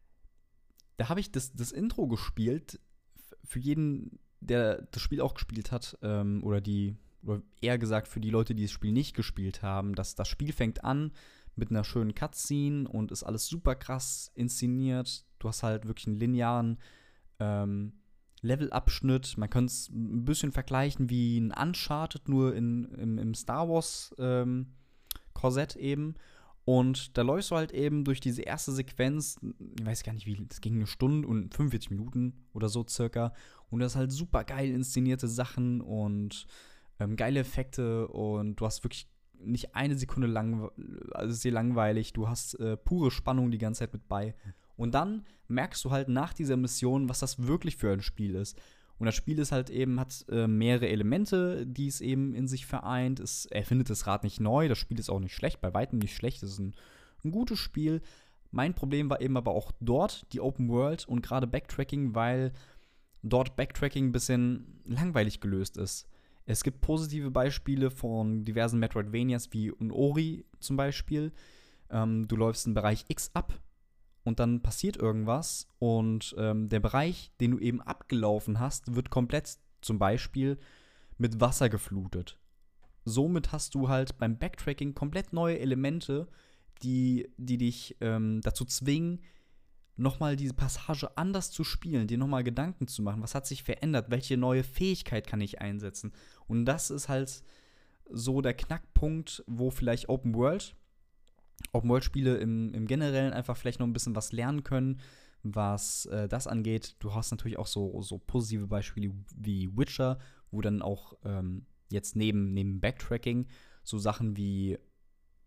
da habe ich das, das Intro gespielt. Für jeden, der das Spiel auch gespielt hat, ähm, oder die, oder eher gesagt für die Leute, die das Spiel nicht gespielt haben, dass das Spiel fängt an mit einer schönen Cutscene und ist alles super krass inszeniert. Du hast halt wirklich einen linearen ähm, Levelabschnitt. Man könnte es ein bisschen vergleichen wie ein Uncharted, nur in, im, im Star Wars ähm, Korsett eben. Und da läufst du halt eben durch diese erste Sequenz, ich weiß gar nicht wie, das ging eine Stunde und fünfundvierzig Minuten oder so circa. Und das ist halt super geil inszenierte Sachen und ähm, geile Effekte und du hast wirklich nicht eine Sekunde lang, also es ist dir langweilig, du hast äh, pure Spannung die ganze Zeit mit bei. Und dann merkst du halt nach dieser Mission, was das wirklich für ein Spiel ist. Und das Spiel ist halt eben, hat äh, mehrere Elemente, die es eben in sich vereint. Es erfindet das Rad nicht neu, das Spiel ist auch nicht schlecht, bei weitem nicht schlecht, es ist ein, ein gutes Spiel. Mein Problem war eben aber auch dort die Open World und gerade Backtracking, weil dort Backtracking ein bisschen langweilig gelöst ist. Es gibt positive Beispiele von diversen Metroidvanias wie ein Ori zum Beispiel. Ähm, du läufst einen Bereich X ab und dann passiert irgendwas und ähm, der Bereich, den du eben abgelaufen hast, wird komplett zum Beispiel mit Wasser geflutet. Somit hast du halt beim Backtracking komplett neue Elemente, die, die dich ähm, dazu zwingen, nochmal diese Passage anders zu spielen, dir nochmal Gedanken zu machen, was hat sich verändert, welche neue Fähigkeit kann ich einsetzen. Und das ist halt so der Knackpunkt, wo vielleicht Open World, Open World Spiele im, im Generellen einfach vielleicht noch ein bisschen was lernen können, was äh, das angeht. Du hast natürlich auch so, so positive Beispiele wie Witcher, wo dann auch ähm, jetzt neben, neben Backtracking so Sachen wie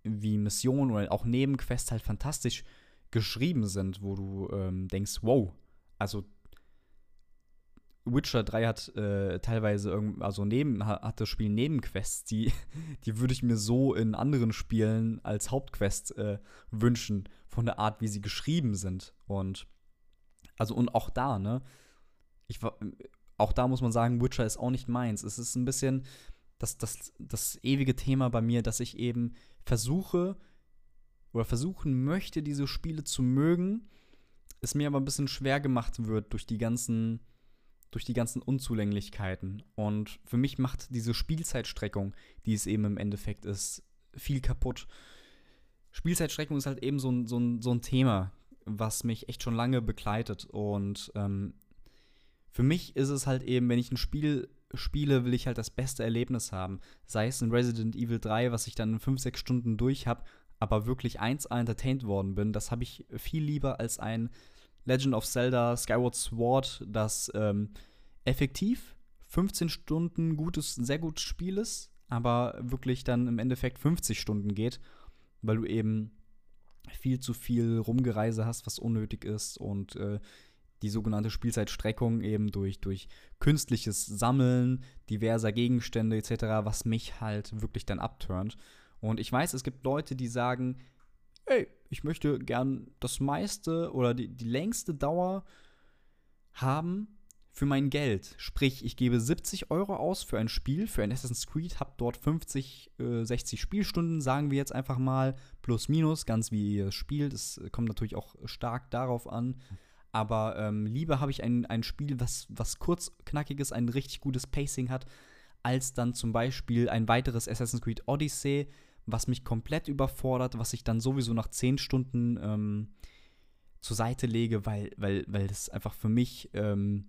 wie Missionen oder auch Nebenquests halt fantastisch geschrieben sind, wo du ähm, denkst, wow, also Witcher drei hat äh, teilweise irgend, also neben, hat das Spiel Nebenquests, die, die würde ich mir so in anderen Spielen als Hauptquest äh, wünschen, von der Art, wie sie geschrieben sind. Und also und auch da, ne? Ich war, auch da muss man sagen, Witcher ist auch nicht meins. Es ist ein bisschen das, das, das ewige Thema bei mir, dass ich eben versuche oder versuchen möchte, diese Spiele zu mögen, es mir aber ein bisschen schwer gemacht wird durch die ganzen durch die ganzen Unzulänglichkeiten. Und für mich macht diese Spielzeitstreckung, die es eben im Endeffekt ist, viel kaputt. Spielzeitstreckung ist halt eben so ein, so ein, so ein Thema, was mich echt schon lange begleitet. Und ähm, für mich ist es halt eben, wenn ich ein Spiel spiele, will ich halt das beste Erlebnis haben. Sei es in Resident Evil drei, was ich dann in fünf, sechs Stunden durch habe, aber wirklich eins a entertained worden bin. Das habe ich viel lieber als ein Legend of Zelda Skyward Sword, das ähm, effektiv fünfzehn Stunden gutes, sehr gutes Spiel ist, aber wirklich dann im Endeffekt fünfzig Stunden geht, weil du eben viel zu viel Rumgereise hast, was unnötig ist und äh, die sogenannte Spielzeitstreckung eben durch, durch künstliches Sammeln diverser Gegenstände et cetera, was mich halt wirklich dann abturnt. Und ich weiß, es gibt Leute, die sagen, ey, ich möchte gern das meiste oder die, die längste Dauer haben für mein Geld. Sprich, ich gebe siebzig Euro aus für ein Spiel, für ein Assassin's Creed, hab dort fünfzig, sechzig Spielstunden, sagen wir jetzt einfach mal, plus minus, ganz wie ihr es spielt. Es kommt natürlich auch stark darauf an. Aber ähm, lieber habe ich ein, ein Spiel, was, was kurz, knackig ist, ein richtig gutes Pacing hat, als dann zum Beispiel ein weiteres Assassin's Creed Odyssey, was mich komplett überfordert, was ich dann sowieso nach zehn Stunden ähm, zur Seite lege, weil, weil, weil das einfach für mich ähm,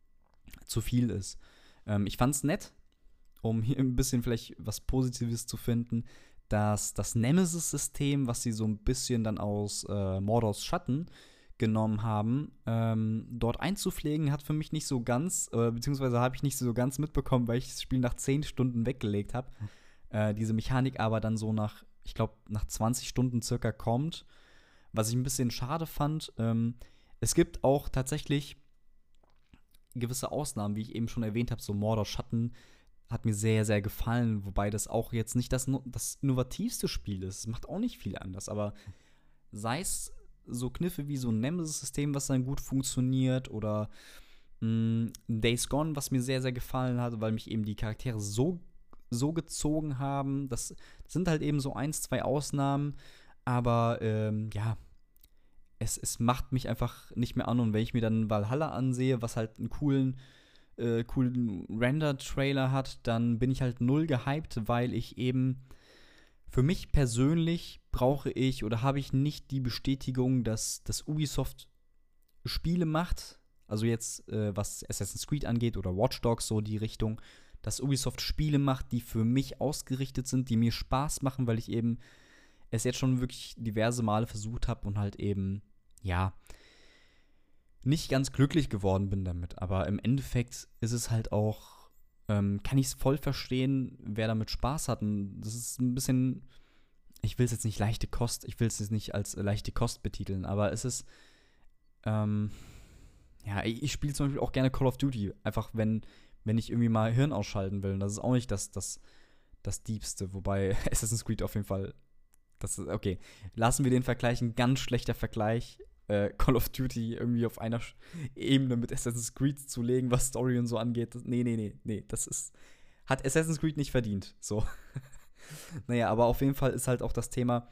zu viel ist. Ähm, ich fand's nett, um hier ein bisschen vielleicht was Positives zu finden, dass das Nemesis-System, was sie so ein bisschen dann aus äh, Mordors Schatten genommen haben, ähm, dort einzupflegen, hat für mich nicht so ganz, äh, beziehungsweise habe ich nicht so ganz mitbekommen, weil ich das Spiel nach zehn Stunden weggelegt habe. Äh, diese Mechanik aber dann so nach, ich glaube, nach zwanzig Stunden circa kommt. Was ich ein bisschen schade fand, ähm, es gibt auch tatsächlich gewisse Ausnahmen, wie ich eben schon erwähnt habe, so Mordor Schatten hat mir sehr, sehr gefallen, wobei das auch jetzt nicht das, das innovativste Spiel ist. Es macht auch nicht viel anders, aber sei es so Kniffe wie so ein Nemesis-System, was dann gut funktioniert, oder mh, Days Gone, was mir sehr, sehr gefallen hat, weil mich eben die Charaktere so, so gezogen haben. Das sind halt eben so eins, zwei Ausnahmen, aber ähm, ja, es, es macht mich einfach nicht mehr an. Und wenn ich mir dann Valhalla ansehe, was halt einen coolen, äh, coolen Render-Trailer hat, dann bin ich halt null gehypt, weil ich eben für mich persönlich brauche ich oder habe ich nicht die Bestätigung, dass, dass Ubisoft Spiele macht, also jetzt äh, was Assassin's Creed angeht oder Watch Dogs, so die Richtung, dass Ubisoft Spiele macht, die für mich ausgerichtet sind, die mir Spaß machen, weil ich eben es jetzt schon wirklich diverse Male versucht habe und halt eben, ja, nicht ganz glücklich geworden bin damit. Aber im Endeffekt ist es halt auch Ähm, kann ich es voll verstehen, wer damit Spaß hat. Und das ist ein bisschen, ich will es jetzt nicht leichte Kost, ich will es jetzt nicht als leichte Kost betiteln, aber es ist, ähm, ja, ich, ich spiele zum Beispiel auch gerne Call of Duty, einfach wenn, wenn ich irgendwie mal Hirn ausschalten will. Und das ist auch nicht das, das, das Diebste, wobei Assassin's Creed auf jeden Fall, das ist, okay, lassen wir den Vergleich, ein ganz schlechter Vergleich. Call of Duty irgendwie auf einer Ebene mit Assassin's Creed zu legen, was Story und so angeht. Das, nee, nee, nee, nee, das ist, hat Assassin's Creed nicht verdient. So. Naja, aber auf jeden Fall ist halt auch das Thema,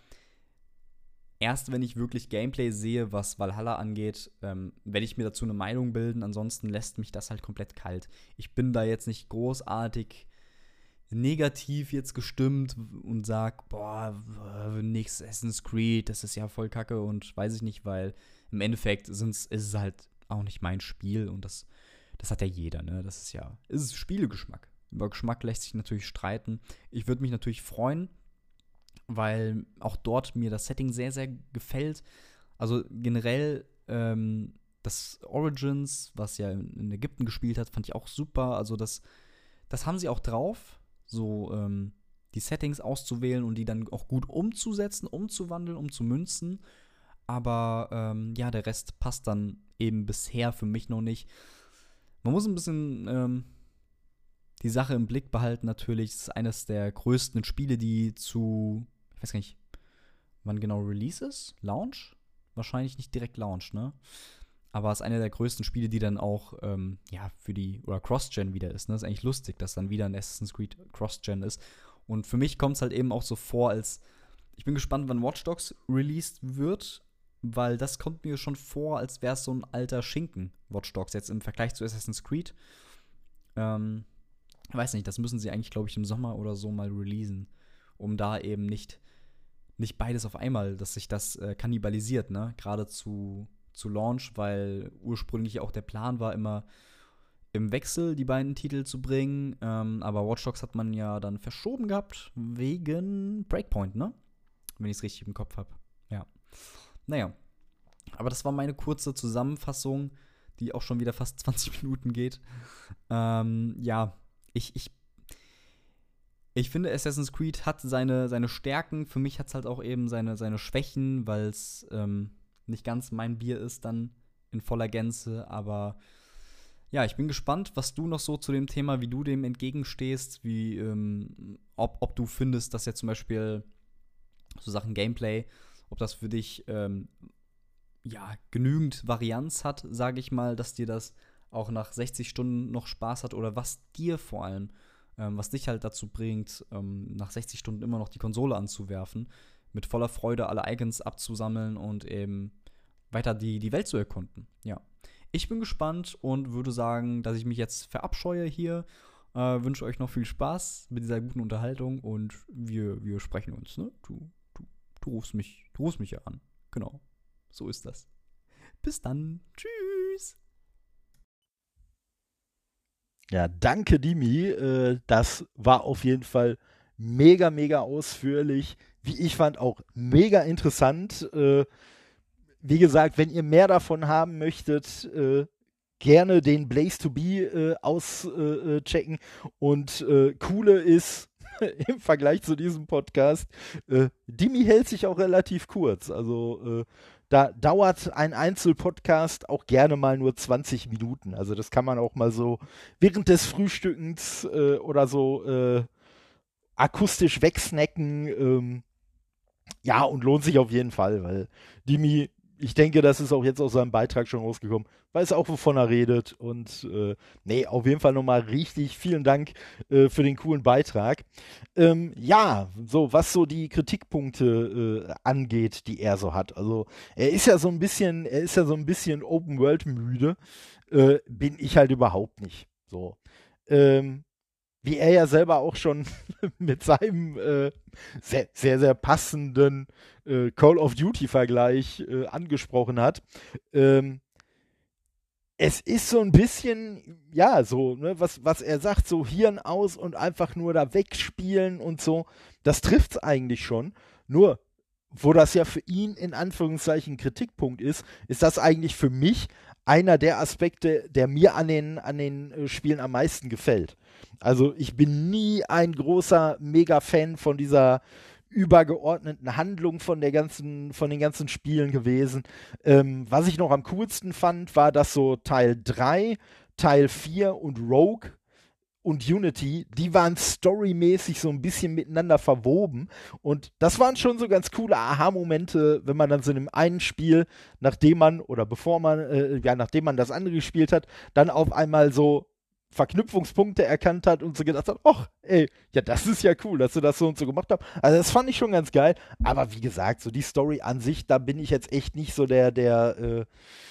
erst wenn ich wirklich Gameplay sehe, was Valhalla angeht, ähm, werde ich mir dazu eine Meinung bilden. Ansonsten lässt mich das halt komplett kalt. Ich bin da jetzt nicht großartig negativ jetzt gestimmt und sag, boah, nix Assassin's Creed, das ist ja voll kacke und weiß ich nicht, weil im Endeffekt sind's, ist es halt auch nicht mein Spiel und das, das hat ja jeder, ne? Das ist ja, es ist Spielegeschmack. Über Geschmack lässt sich natürlich streiten. Ich würde mich natürlich freuen, weil auch dort mir das Setting sehr, sehr gefällt. Also generell ähm, das Origins, was ja in Ägypten gespielt hat, fand ich auch super. Also das, das haben sie auch drauf. So, ähm, die Settings auszuwählen und die dann auch gut umzusetzen, umzuwandeln, umzumünzen. Aber ähm, ja, der Rest passt dann eben bisher für mich noch nicht. Man muss ein bisschen ähm, die Sache im Blick behalten natürlich. Es ist eines der größten Spiele, die zu, ich weiß gar nicht, wann genau Release ist? Launch? Wahrscheinlich nicht direkt Launch, ne? Aber es ist eine der größten Spiele, die dann auch, ähm, ja, für die, oder Cross-Gen wieder ist, ne? Das ist eigentlich lustig, dass dann wieder ein Assassin's Creed Cross-Gen ist. Und für mich kommt es halt eben auch so vor, als, ich bin gespannt, wann Watch Dogs released wird, weil das kommt mir schon vor, als wäre es so ein alter Schinken, Watch Dogs, jetzt im Vergleich zu Assassin's Creed. Ähm, ich weiß nicht, das müssen sie eigentlich, glaube ich, im Sommer oder so mal releasen, um da eben nicht, nicht beides auf einmal, dass sich das äh, kannibalisiert, ne? Gerade zu, zu Launch, weil ursprünglich auch der Plan war, immer im Wechsel die beiden Titel zu bringen. Ähm, aber Watch Dogs hat man ja dann verschoben gehabt, wegen Breakpoint, ne? Wenn ich es richtig im Kopf habe. Ja. Naja. Aber das war meine kurze Zusammenfassung, die auch schon wieder fast zwanzig Minuten geht. Ähm, ja, ich, ich Ich finde, Assassin's Creed hat seine, seine Stärken. Für mich hat es halt auch eben seine, seine Schwächen, weil es ähm, nicht ganz mein Bier ist dann in voller Gänze. Aber ja, ich bin gespannt, was du noch so zu dem Thema, wie du dem entgegenstehst, wie, ähm, ob, ob du findest, dass ja zum Beispiel so Sachen Gameplay, ob das für dich ähm, ja, genügend Varianz hat, sage ich mal, dass dir das auch nach sechzig Stunden noch Spaß hat oder was dir vor allem Ähm, was dich halt dazu bringt, ähm, nach sechzig Stunden immer noch die Konsole anzuwerfen, mit voller Freude alle Icons abzusammeln und eben weiter die, die Welt zu erkunden. Ja. Ich bin gespannt und würde sagen, dass ich mich jetzt verabscheue hier. Äh, wünsche euch noch viel Spaß mit dieser guten Unterhaltung und wir, wir sprechen uns, ne? Du, du, du rufst mich, du rufst mich ja an. Genau. So ist das. Bis dann. Tschüss. Ja, danke, Dimi. Äh, das war auf jeden Fall mega, mega ausführlich. Wie ich fand, auch mega interessant. Äh, wie gesagt, wenn ihr mehr davon haben möchtet, äh, gerne den Blaze to Be äh, auschecken. Äh, Und äh, coole ist, im Vergleich zu diesem Podcast, äh, Dimi hält sich auch relativ kurz. Also äh, da dauert ein Einzelpodcast auch gerne mal nur zwanzig Minuten. Also das kann man auch mal so während des Frühstückens äh, oder so äh, akustisch wegsnacken. Ähm, ja, und lohnt sich auf jeden Fall, weil Dimi, ich denke, das ist auch jetzt aus seinem Beitrag schon rausgekommen, weiß auch, wovon er redet. Und äh, nee, auf jeden Fall nochmal richtig vielen Dank äh, für den coolen Beitrag. Ähm, ja, so, was so die Kritikpunkte äh, angeht, die er so hat. Also, er ist ja so ein bisschen, er ist ja so ein bisschen Open-World-müde. Äh, bin ich halt überhaupt nicht. So. Ähm, wie er ja selber auch schon mit seinem äh, sehr, sehr, sehr passenden äh, Call of Duty-Vergleich äh, angesprochen hat. Ähm, es ist so ein bisschen, ja, so, ne, was, was er sagt, so Hirn aus und einfach nur da wegspielen und so, das trifft's eigentlich schon. Nur, wo das ja für ihn in Anführungszeichen Kritikpunkt ist, ist das eigentlich für mich einer der Aspekte, der mir an den, an den äh, Spielen am meisten gefällt. Also ich bin nie ein großer Mega-Fan von dieser übergeordneten Handlung von der ganzen, von den ganzen Spielen gewesen. Ähm, was ich noch am coolsten fand, war, dass so Teil drei, Teil vier und Rogue und Unity, die waren storymäßig so ein bisschen miteinander verwoben. Und das waren schon so ganz coole Aha-Momente, wenn man dann so in einem einen Spiel, nachdem man, oder bevor man, äh, ja, nachdem man das andere gespielt hat, dann auf einmal so Verknüpfungspunkte erkannt hat und so gedacht hat, ach, ey, ja, das ist ja cool, dass sie das so und so gemacht haben. Also das fand ich schon ganz geil. Aber wie gesagt, so die Story an sich, da bin ich jetzt echt nicht so der, der, äh,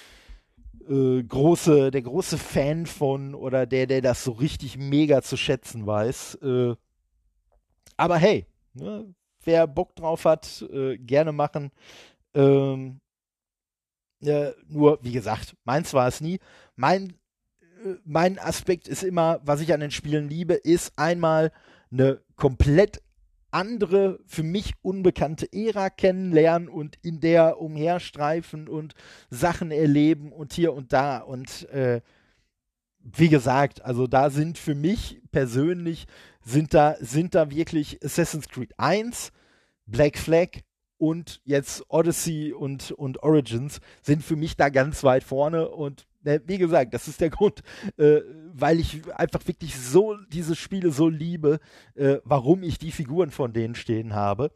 Äh, große, der große Fan von oder der, der das so richtig mega zu schätzen weiß. Äh, aber hey, ne, wer Bock drauf hat, äh, gerne machen. Ähm, äh, nur, wie gesagt, meins war es nie. Mein, äh, mein Aspekt ist immer, was ich an den Spielen liebe, ist einmal eine komplett andere, für mich unbekannte Ära kennenlernen und in der umherstreifen und Sachen erleben und hier und da. Und äh, wie gesagt, also da sind für mich persönlich, sind da, sind da wirklich Assassin's Creed eins, Black Flag und jetzt Odyssey und, und Origins sind für mich da ganz weit vorne und äh, wie gesagt, das ist der Grund, äh, weil ich einfach wirklich so diese Spiele so liebe, äh, warum ich die Figuren von denen stehen habe.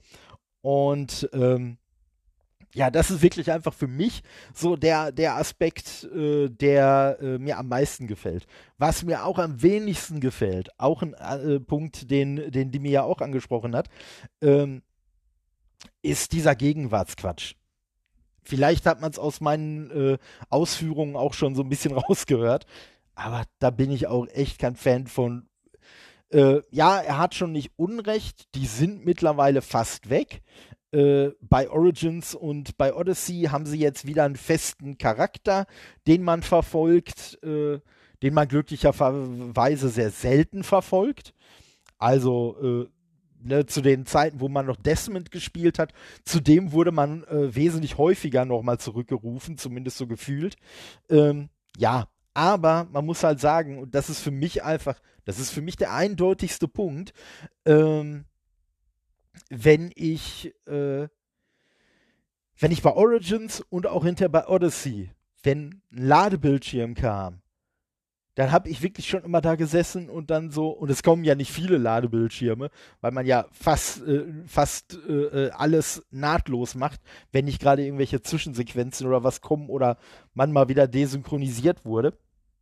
Und ähm, ja, das ist wirklich einfach für mich so der, der Aspekt, äh, der äh, mir am meisten gefällt. Was mir auch am wenigsten gefällt, auch ein äh, Punkt, den, den die mir ja auch angesprochen hat, ähm, ist dieser Gegenwartsquatsch. Vielleicht hat man es aus meinen äh, Ausführungen auch schon so ein bisschen rausgehört, aber da bin ich auch echt kein Fan von. Äh, ja, er hat schon nicht Unrecht, die sind mittlerweile fast weg. Äh, bei Origins und bei Odyssey haben sie jetzt wieder einen festen Charakter, den man verfolgt, äh, den man glücklicherweise sehr selten verfolgt. Also äh, ne, zu den Zeiten, wo man noch Desmond gespielt hat, zudem wurde man äh, wesentlich häufiger nochmal zurückgerufen, zumindest so gefühlt. Ähm, ja, aber man muss halt sagen, und das ist für mich einfach, das ist für mich der eindeutigste Punkt, ähm, wenn ich, äh, wenn ich bei Origins und auch hinterher bei Odyssey, wenn ein Ladebildschirm kam, dann habe ich wirklich schon immer da gesessen und dann so, und es kommen ja nicht viele Ladebildschirme, weil man ja fast, äh, fast äh, alles nahtlos macht, wenn nicht gerade irgendwelche Zwischensequenzen oder was kommen oder man mal wieder desynchronisiert wurde.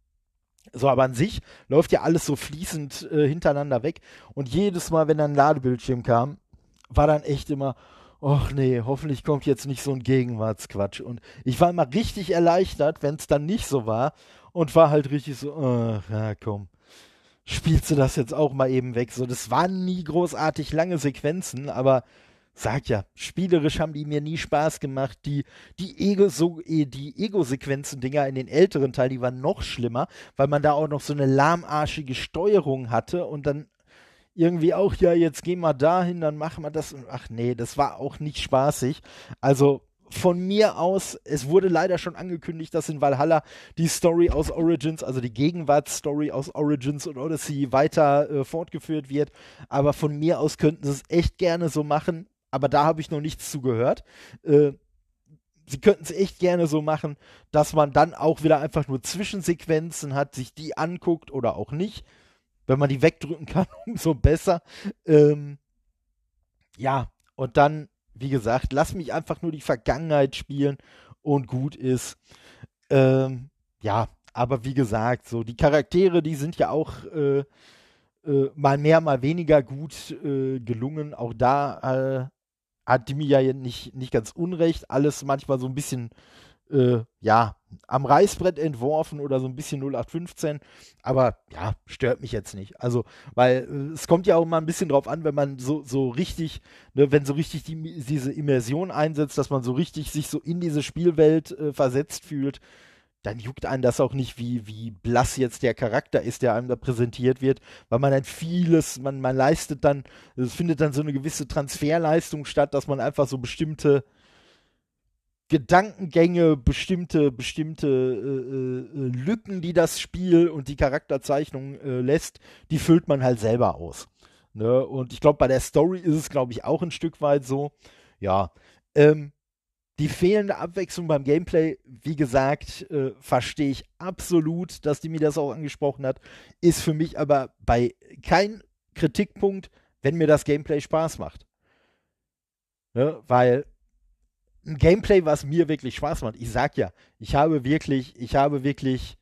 So, aber an sich läuft ja alles so fließend äh, hintereinander weg. Und jedes Mal, wenn dann ein Ladebildschirm kam, war dann echt immer, ach nee, hoffentlich kommt jetzt nicht so ein Gegenwartsquatsch. Und ich war immer richtig erleichtert, wenn es dann nicht so war. Und war halt richtig so, ach ja, komm, spielst du das jetzt auch mal eben weg. So, das waren nie großartig lange Sequenzen, aber sag ja, spielerisch haben die mir nie Spaß gemacht. Die, die Ego, so, eh, die Ego-Sequenzen-Dinger in den älteren Teilen, die waren noch schlimmer, weil man da auch noch so eine lahmarschige Steuerung hatte und dann irgendwie auch, ja, jetzt gehen wir dahin, dann machen wir das. Ach nee, das war auch nicht spaßig. Also von mir aus, es wurde leider schon angekündigt, dass in Valhalla die Story aus Origins, also die Gegenwartsstory aus Origins und Odyssey weiter äh, fortgeführt wird. Aber von mir aus könnten sie es echt gerne so machen. Aber da habe ich noch nichts zu gehört. Äh, sie könnten es echt gerne so machen, dass man dann auch wieder einfach nur Zwischensequenzen hat, sich die anguckt oder auch nicht. Wenn man die wegdrücken kann, umso besser. Ähm, ja, und dann, wie gesagt, lass mich einfach nur die Vergangenheit spielen und gut ist. Ähm, ja, aber wie gesagt, so die Charaktere, die sind ja auch äh, äh, mal mehr, mal weniger gut äh, gelungen. Auch da äh, hat die mir ja nicht, nicht ganz unrecht. Alles manchmal so ein bisschen äh, ja, am Reißbrett entworfen oder so ein bisschen null acht fünfzehn, aber ja, stört mich jetzt nicht. Also, weil äh, es kommt ja auch mal ein bisschen drauf an, wenn man so, so richtig, ne, wenn so richtig die, diese Immersion einsetzt, dass man so richtig sich so in diese Spielwelt äh, versetzt fühlt, dann juckt einen das auch nicht, wie, wie blass jetzt der Charakter ist, der einem da präsentiert wird, weil man dann vieles, man, man leistet dann, es findet dann so eine gewisse Transferleistung statt, dass man einfach so bestimmte Gedankengänge, bestimmte, bestimmte äh, äh, Lücken, die das Spiel und die Charakterzeichnung äh, lässt, die füllt man halt selber aus. Ne? Und ich glaube, bei der Story ist es, glaube ich, auch ein Stück weit so. Ja, ähm, die fehlende Abwechslung beim Gameplay, wie gesagt, äh, verstehe ich absolut, dass die mir das auch angesprochen hat, ist für mich aber bei kein Kritikpunkt, wenn mir das Gameplay Spaß macht. Ne? Weil ein Gameplay, was mir wirklich Spaß macht. Ich sag ja, ich habe wirklich, ich habe wirklich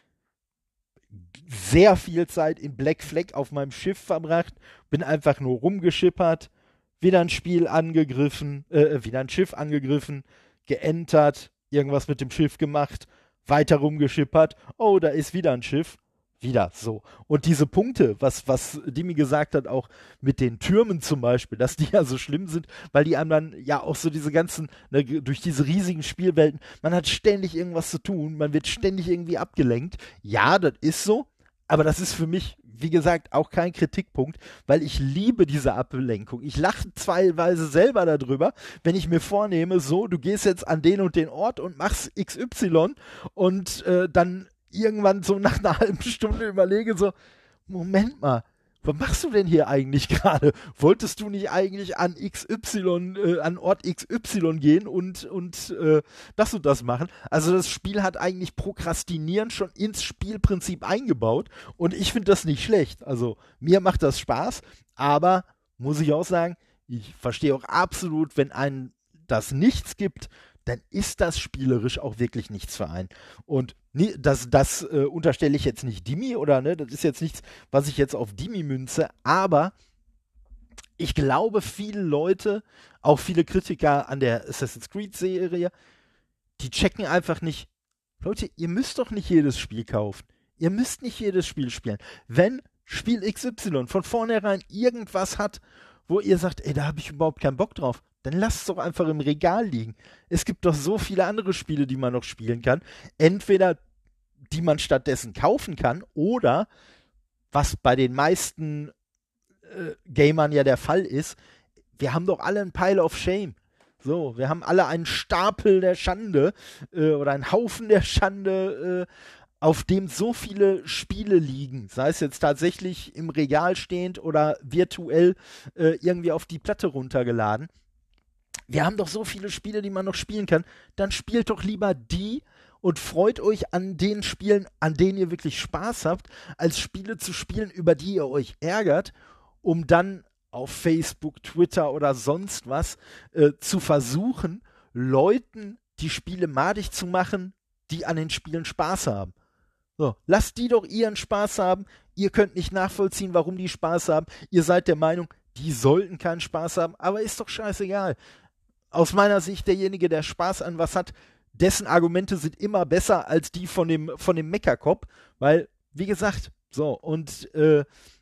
sehr viel Zeit in Black Flag auf meinem Schiff verbracht, bin einfach nur rumgeschippert, wieder ein Spiel angegriffen, äh, wieder ein Schiff angegriffen, geentert, irgendwas mit dem Schiff gemacht, weiter rumgeschippert, oh, da ist wieder ein Schiff. Wieder so. Und diese Punkte, was, was Dimi gesagt hat, auch mit den Türmen zum Beispiel, dass die ja so schlimm sind, weil die einem dann ja auch so diese ganzen, ne, durch diese riesigen Spielwelten, man hat ständig irgendwas zu tun, man wird ständig irgendwie abgelenkt. Ja, das ist so, aber das ist für mich, wie gesagt, auch kein Kritikpunkt, weil ich liebe diese Ablenkung. Ich lache teilweise selber darüber, wenn ich mir vornehme, so, du gehst jetzt an den und den Ort und machst X Y und äh, dann irgendwann so nach einer halben Stunde überlege, so, Moment mal, was machst du denn hier eigentlich gerade? Wolltest du nicht eigentlich an X Y, äh, an Ort X Y gehen und, und äh, das und das machen? Also das Spiel hat eigentlich Prokrastinieren schon ins Spielprinzip eingebaut und ich finde das nicht schlecht. Also mir macht das Spaß, aber muss ich auch sagen, ich verstehe auch absolut, wenn einen das nichts gibt, dann ist das spielerisch auch wirklich nichts für einen. Und nie, das, das äh, unterstelle ich jetzt nicht Dimi oder ne, das ist jetzt nichts, was ich jetzt auf Dimi münze, aber ich glaube, viele Leute, auch viele Kritiker an der Assassin's Creed-Serie, die checken einfach nicht, Leute, ihr müsst doch nicht jedes Spiel kaufen. Ihr müsst nicht jedes Spiel spielen. Wenn Spiel X Y von vornherein irgendwas hat, wo ihr sagt, ey, da habe ich überhaupt keinen Bock drauf, dann lasst es doch einfach im Regal liegen. Es gibt doch so viele andere Spiele, die man noch spielen kann. Entweder die man stattdessen kaufen kann oder, was bei den meisten äh, Gamern ja der Fall ist, wir haben doch alle einen Pile of Shame. So, wir haben alle einen Stapel der Schande äh, oder einen Haufen der Schande, äh, auf dem so viele Spiele liegen, sei es jetzt tatsächlich im Regal stehend oder virtuell äh, irgendwie auf die Platte runtergeladen. Wir haben doch so viele Spiele, die man noch spielen kann. Dann spielt doch lieber die und freut euch an den Spielen, an denen ihr wirklich Spaß habt, als Spiele zu spielen, über die ihr euch ärgert, um dann auf Facebook, Twitter oder sonst was äh, zu versuchen, Leuten die Spiele madig zu machen, die an den Spielen Spaß haben. So, lasst die doch ihren Spaß haben. Ihr könnt nicht nachvollziehen, warum die Spaß haben. Ihr seid der Meinung, die sollten keinen Spaß haben, aber ist doch scheißegal. Aus meiner Sicht, derjenige, der Spaß an was hat, dessen Argumente sind immer besser als die von dem, von dem Meckerkopf, weil, wie gesagt, so, und äh,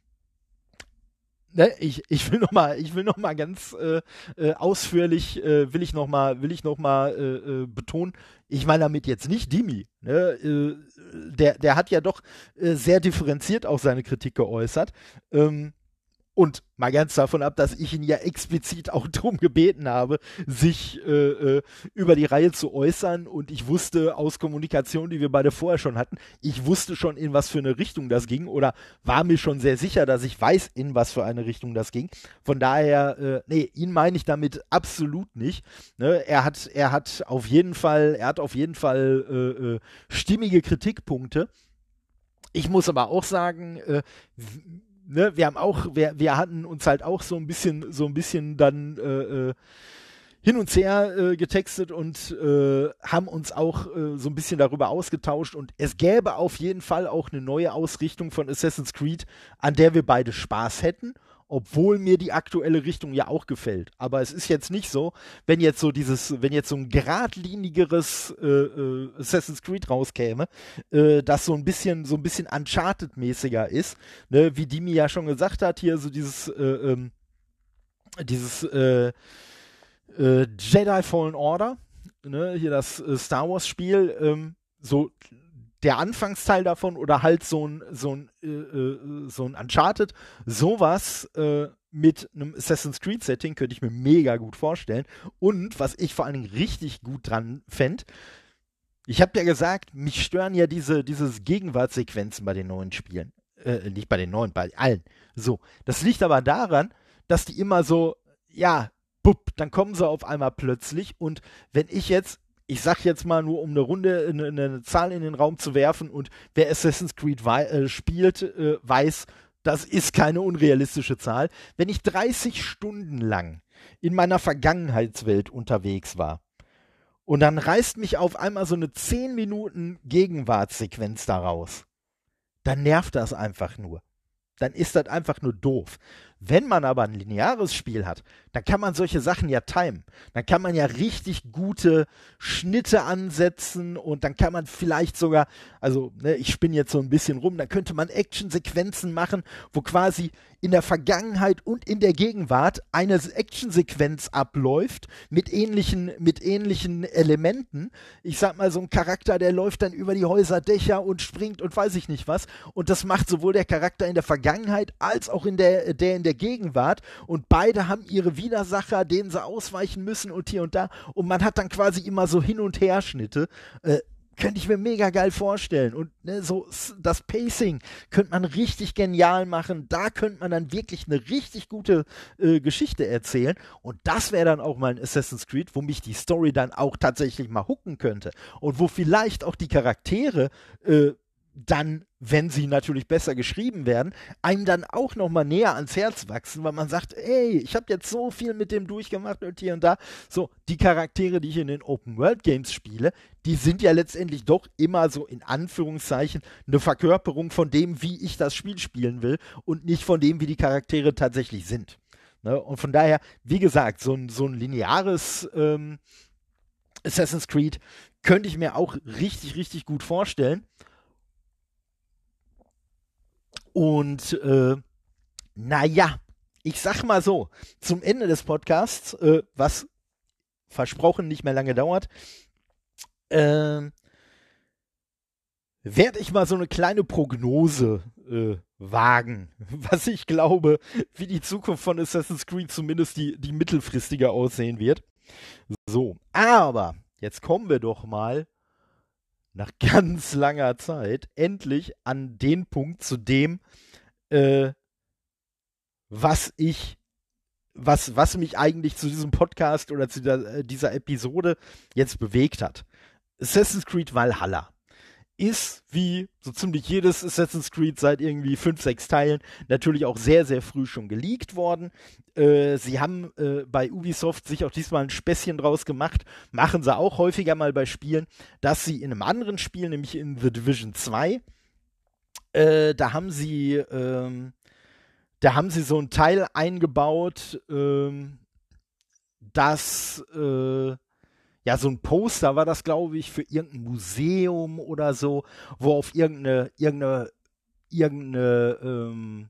ne, ich, ich will noch mal, ich will noch mal ganz äh, äh, ausführlich, äh, will ich noch mal, will ich noch mal äh, äh, betonen, ich meine damit jetzt nicht Dimi, ne, äh, der, der hat ja doch äh, sehr differenziert auch seine Kritik geäußert, ähm, und mal ganz davon ab, dass ich ihn ja explizit auch darum gebeten habe, sich äh, äh, über die Reihe zu äußern. Und ich wusste aus Kommunikation, die wir beide vorher schon hatten, ich wusste schon, in was für eine Richtung das ging oder war mir schon sehr sicher, dass ich weiß, in was für eine Richtung das ging. Von daher, äh, nee, ihn meine ich damit absolut nicht. Ne? Er hat, er hat auf jeden Fall, er hat auf jeden Fall äh, äh, stimmige Kritikpunkte. Ich muss aber auch sagen, äh, Ne, wir haben auch, wir, wir hatten uns halt auch so ein bisschen, so ein bisschen dann äh, äh, hin und her äh, getextet und äh, haben uns auch äh, so ein bisschen darüber ausgetauscht und es gäbe auf jeden Fall auch eine neue Ausrichtung von Assassin's Creed, an der wir beide Spaß hätten, obwohl mir die aktuelle Richtung ja auch gefällt. Aber es ist jetzt nicht so, wenn jetzt so dieses, wenn jetzt so ein geradlinigeres äh, äh, Assassin's Creed rauskäme, äh, das so ein bisschen, so ein bisschen Uncharted-mäßiger ist, ne, wie Dimi ja schon gesagt hat, hier so dieses, äh, ähm, dieses äh, äh, Jedi Fallen Order, ne, hier das äh, Star Wars Spiel, ähm, so der Anfangsteil davon oder halt so ein, so ein, äh, äh, so ein Uncharted, sowas äh, mit einem Assassin's Creed-Setting könnte ich mir mega gut vorstellen. Und was ich vor allen Dingen richtig gut dran fände, ich habe ja gesagt, mich stören ja diese dieses Gegenwartssequenzen bei den neuen Spielen. Äh, nicht bei den neuen, bei allen. So, das liegt aber daran, dass die immer so, ja, bupp, dann kommen sie auf einmal plötzlich und wenn ich jetzt ich sag jetzt mal nur, um eine Runde, eine, eine Zahl in den Raum zu werfen und wer Assassin's Creed wei- äh, spielt, äh, weiß, das ist keine unrealistische Zahl. Wenn ich dreißig Stunden lang in meiner Vergangenheitswelt unterwegs war und dann reißt mich auf einmal so eine zehn Minuten Gegenwartssequenz daraus, dann nervt das einfach nur. Dann ist das einfach nur doof. Wenn man aber ein lineares Spiel hat, dann kann man solche Sachen ja timen. Dann kann man ja richtig gute Schnitte ansetzen und dann kann man vielleicht sogar, also ne, ich spinne jetzt so ein bisschen rum, dann könnte man Actionsequenzen machen, wo quasi in der Vergangenheit und in der Gegenwart eine Actionsequenz abläuft mit ähnlichen, mit ähnlichen Elementen. Ich sag mal, so ein Charakter, der läuft dann über die Häuserdächer und springt und weiß ich nicht was. Und das macht sowohl der Charakter in der Vergangenheit als auch in der, der in der Gegenwart und beide haben ihre Widersacher, denen sie ausweichen müssen und hier und da und man hat dann quasi immer so Hin- und Herschnitte. Äh, könnte ich mir mega geil vorstellen. Und ne, so das Pacing könnte man richtig genial machen. Da könnte man dann wirklich eine richtig gute äh, Geschichte erzählen. Und das wäre dann auch mal ein Assassin's Creed, wo mich die Story dann auch tatsächlich mal hooken könnte. Und wo vielleicht auch die Charaktere äh, dann, wenn sie natürlich besser geschrieben werden, einem dann auch nochmal näher ans Herz wachsen, weil man sagt, ey, ich habe jetzt so viel mit dem durchgemacht und hier und da. So, die Charaktere, die ich in den Open-World-Games spiele, die sind ja letztendlich doch immer so in Anführungszeichen eine Verkörperung von dem, wie ich das Spiel spielen will und nicht von dem, wie die Charaktere tatsächlich sind. Ne? Und von daher, wie gesagt, so ein, so ein lineares ähm, Assassin's Creed könnte ich mir auch richtig, richtig gut vorstellen. Und äh, naja, ich sag mal so, zum Ende des Podcasts, äh, was versprochen nicht mehr lange dauert, äh, werde ich mal so eine kleine Prognose äh, wagen, was ich glaube, wie die Zukunft von Assassin's Creed zumindest die, die mittelfristige aussehen wird. So, aber jetzt kommen wir doch mal nach ganz langer Zeit endlich an den Punkt, zu dem, äh, was ich, was, was mich eigentlich zu diesem Podcast oder zu der, äh, dieser Episode jetzt bewegt hat. Assassin's Creed Valhalla ist, wie so ziemlich jedes Assassin's Creed seit irgendwie fünf, sechs Teilen, natürlich auch sehr, sehr früh schon geleakt worden. Äh, sie haben äh, bei Ubisoft sich auch diesmal ein Späßchen draus gemacht, machen sie auch häufiger mal bei Spielen, dass sie in einem anderen Spiel, nämlich in The Division zwei, äh, da haben sie, ähm, da haben sie so ein Teil eingebaut, ähm, das, äh, ja, so ein Poster war das, glaube ich, für irgendein Museum oder so, wo auf irgendeine, irgendeine, irgendeine, ähm,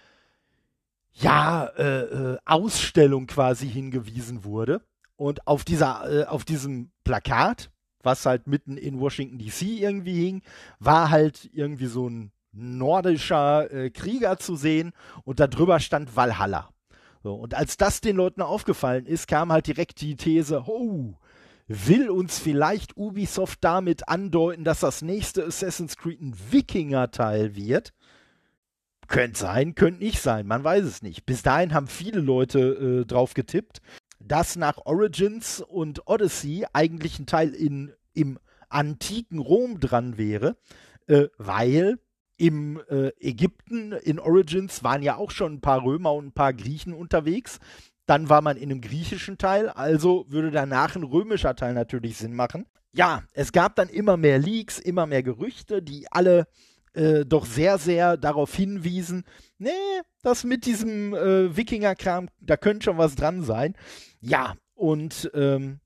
ja, äh, äh, Ausstellung quasi hingewiesen wurde. Und auf dieser, äh, auf diesem Plakat, was halt mitten in Washington D C irgendwie hing, war halt irgendwie so ein nordischer äh, Krieger zu sehen und da drüber stand Valhalla. So, und als das den Leuten aufgefallen ist, kam halt direkt die These, oh, will uns vielleicht Ubisoft damit andeuten, dass das nächste Assassin's Creed ein Wikinger-Teil wird? Könnte sein, könnte nicht sein, man weiß es nicht. Bis dahin haben viele Leute äh, drauf getippt, dass nach Origins und Odyssey eigentlich ein Teil in, im antiken Rom dran wäre, äh, weil im äh, Ägypten in Origins waren ja auch schon ein paar Römer und ein paar Griechen unterwegs. Dann war man in einem griechischen Teil, also würde danach ein römischer Teil natürlich Sinn machen. Ja, es gab dann immer mehr Leaks, immer mehr Gerüchte, die alle äh, doch sehr, sehr darauf hinwiesen, nee, das mit diesem äh, Wikinger-Kram, da könnte schon was dran sein. Ja, und ähm,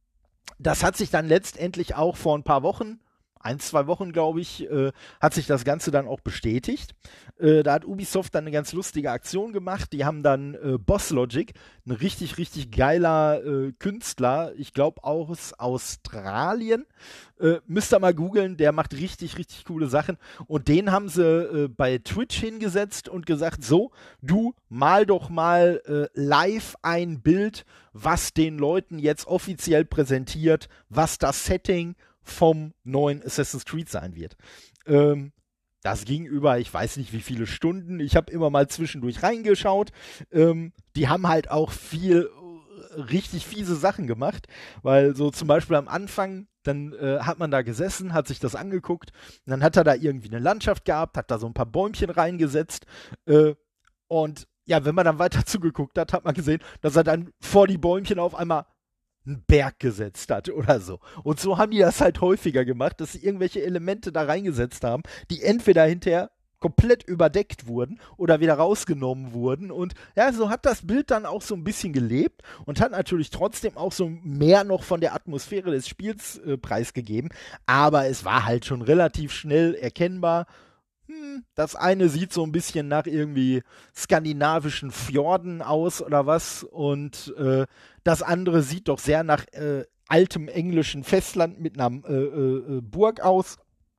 das hat sich dann letztendlich auch vor ein paar Wochen, ein, zwei Wochen, glaube ich, äh, hat sich das Ganze dann auch bestätigt. Äh, da hat Ubisoft dann eine ganz lustige Aktion gemacht. Die haben dann äh, Boss Logic, ein richtig, richtig geiler äh, Künstler, ich glaube aus Australien, äh, müsst ihr mal googeln, der macht richtig, richtig coole Sachen. Und den haben sie äh, bei Twitch hingesetzt und gesagt, so, du mal doch mal äh, live ein Bild, was den Leuten jetzt offiziell präsentiert, was das Setting vom neuen Assassin's Creed sein wird. Ähm, das ging über, ich weiß nicht wie viele Stunden, ich habe immer mal zwischendurch reingeschaut. Ähm, die haben halt auch viel äh, richtig fiese Sachen gemacht, weil so zum Beispiel am Anfang, dann äh, hat man da gesessen, hat sich das angeguckt, und dann hat er da irgendwie eine Landschaft gehabt, hat da so ein paar Bäumchen reingesetzt äh, und ja, wenn man dann weiter zugeguckt hat, hat man gesehen, dass er dann vor die Bäumchen auf einmal einen Berg gesetzt hat oder so. Und so haben die das halt häufiger gemacht, dass sie irgendwelche Elemente da reingesetzt haben, die entweder hinterher komplett überdeckt wurden oder wieder rausgenommen wurden. Und ja, so hat das Bild dann auch so ein bisschen gelebt und hat natürlich trotzdem auch so mehr noch von der Atmosphäre des Spiels äh, preisgegeben. Aber es war halt schon relativ schnell erkennbar, hm, das eine sieht so ein bisschen nach irgendwie skandinavischen Fjorden aus oder was und äh, das andere sieht doch sehr nach äh, altem englischen Festland mit einer äh, äh, Burg aus.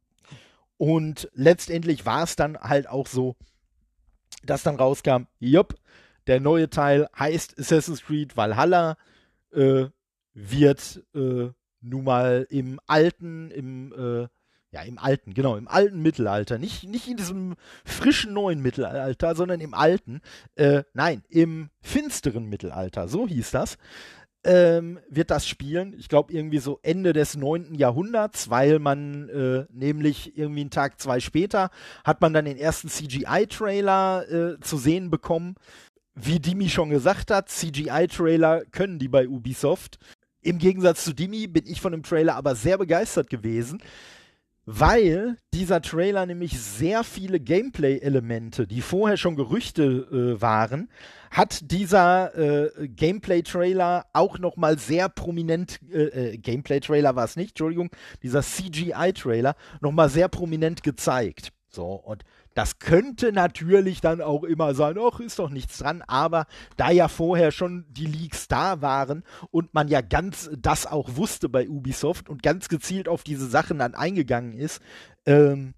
Und letztendlich war es dann halt auch so, dass dann rauskam, jupp, der neue Teil heißt Assassin's Creed Valhalla, äh, wird äh, nun mal im alten, im, äh, ja, im alten, genau, im alten Mittelalter, nicht, nicht in diesem frischen neuen Mittelalter, sondern im alten, äh, nein, im finsteren Mittelalter, so hieß das, ähm, wird das spielen. Ich glaube irgendwie so Ende des neunten Jahrhunderts, weil man äh, nämlich irgendwie einen Tag, zwei später hat man dann den ersten C G I-Trailer äh, zu sehen bekommen. Wie Dimi schon gesagt hat, C G I-Trailer können die bei Ubisoft. Im Gegensatz zu Dimi bin ich von dem Trailer aber sehr begeistert gewesen, weil dieser Trailer nämlich sehr viele Gameplay-Elemente, die vorher schon Gerüchte äh, waren, hat dieser äh, Gameplay-Trailer auch nochmal sehr prominent, äh, äh, Gameplay-Trailer war es nicht, Entschuldigung, dieser C G I-Trailer nochmal sehr prominent gezeigt. So, und das könnte natürlich dann auch immer sein, ach, ist doch nichts dran, aber da ja vorher schon die Leaks da waren und man ja ganz das auch wusste bei Ubisoft und ganz gezielt auf diese Sachen dann eingegangen ist, ähm,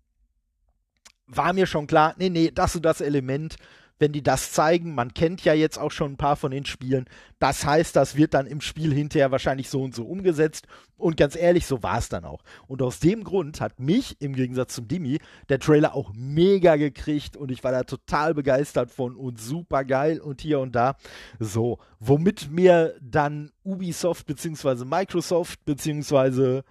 war mir schon klar, nee, nee, das und das Element, wenn die das zeigen, man kennt ja jetzt auch schon ein paar von den Spielen, das heißt, das wird dann im Spiel hinterher wahrscheinlich so und so umgesetzt und ganz ehrlich, so war es dann auch. Und aus dem Grund hat mich, im Gegensatz zum Dimi, der Trailer auch mega gekriegt und ich war da total begeistert von und super geil und hier und da. So, womit mir dann Ubisoft beziehungsweise Microsoft beziehungsweise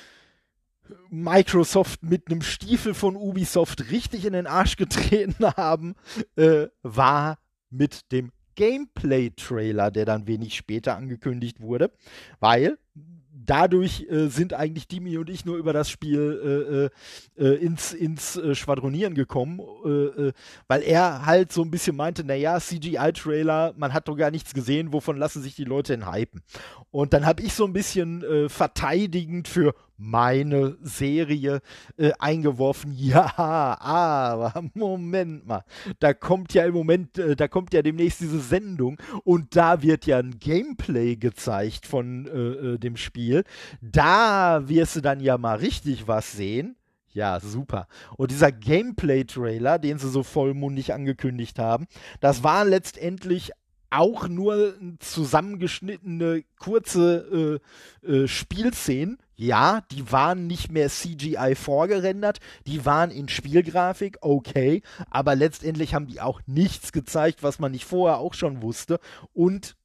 Microsoft mit einem Stiefel von Ubisoft richtig in den Arsch getreten haben, äh, war mit dem Gameplay-Trailer, der dann wenig später angekündigt wurde, weil dadurch äh, sind eigentlich Dimi und ich nur über das Spiel äh, äh, ins, ins äh, Schwadronieren gekommen, äh, äh, weil er halt so ein bisschen meinte, naja, C G I-Trailer, man hat doch gar nichts gesehen, wovon lassen sich die Leute denn hypen? Und dann habe ich so ein bisschen äh, verteidigend für meine Serie äh, eingeworfen, ja, aber Moment mal, da kommt ja im Moment, äh, da kommt ja demnächst diese Sendung und da wird ja ein Gameplay gezeigt von äh, äh, dem Spiel. Da wirst du dann ja mal richtig was sehen. Ja, super. Und dieser Gameplay-Trailer, den sie so vollmundig angekündigt haben, das war letztendlich auch nur zusammengeschnittene kurze äh, äh, Spielszenen. Ja, die waren nicht mehr C G I vorgerendert, die waren in Spielgrafik, okay, aber letztendlich haben die auch nichts gezeigt, was man nicht vorher auch schon wusste. Und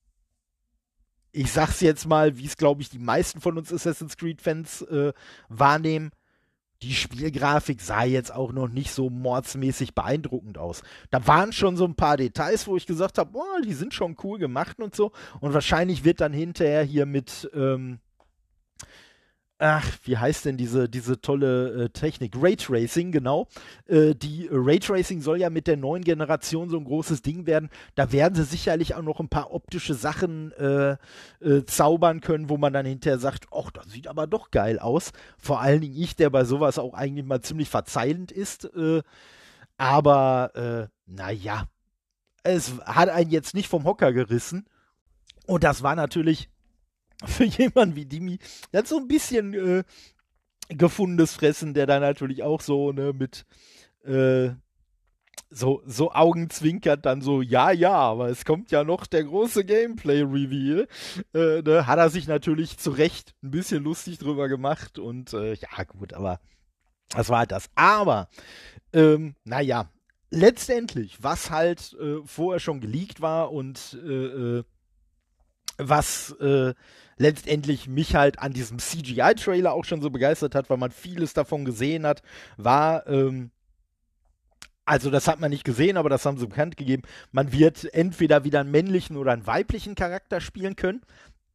ich sag's jetzt mal, wie es, glaube ich, die meisten von uns Assassin's Creed-Fans äh, wahrnehmen, die Spielgrafik sah jetzt auch noch nicht so mordsmäßig beeindruckend aus. Da waren schon so ein paar Details, wo ich gesagt habe, boah, die sind schon cool gemacht und so. Und wahrscheinlich wird dann hinterher hier mit, ähm, ach, wie heißt denn diese, diese tolle äh, Technik? Raytracing, genau. Äh, die Raytracing soll ja mit der neuen Generation so ein großes Ding werden. Da werden sie sicherlich auch noch ein paar optische Sachen äh, äh, zaubern können, wo man dann hinterher sagt, ach, das sieht aber doch geil aus. Vor allen Dingen ich, der bei sowas auch eigentlich mal ziemlich verzeihend ist. Äh, aber, äh, naja, es hat einen jetzt nicht vom Hocker gerissen. Und das war natürlich für jemanden wie Dimi, der hat so ein bisschen äh, gefundenes Fressen, der da natürlich auch so, ne, mit äh, so, so Augenzwinkert dann so, ja, ja, aber es kommt ja noch der große Gameplay-Reveal. Äh, ne, hat er sich natürlich zu Recht ein bisschen lustig drüber gemacht und äh, ja, gut, aber das war halt das. Aber, ähm, naja, letztendlich, was halt äh, vorher schon geleakt war und äh, äh, was äh, letztendlich mich halt an diesem C G I-Trailer auch schon so begeistert hat, weil man vieles davon gesehen hat, war, ähm, also das hat man nicht gesehen, aber das haben sie bekannt gegeben, man wird entweder wieder einen männlichen oder einen weiblichen Charakter spielen können.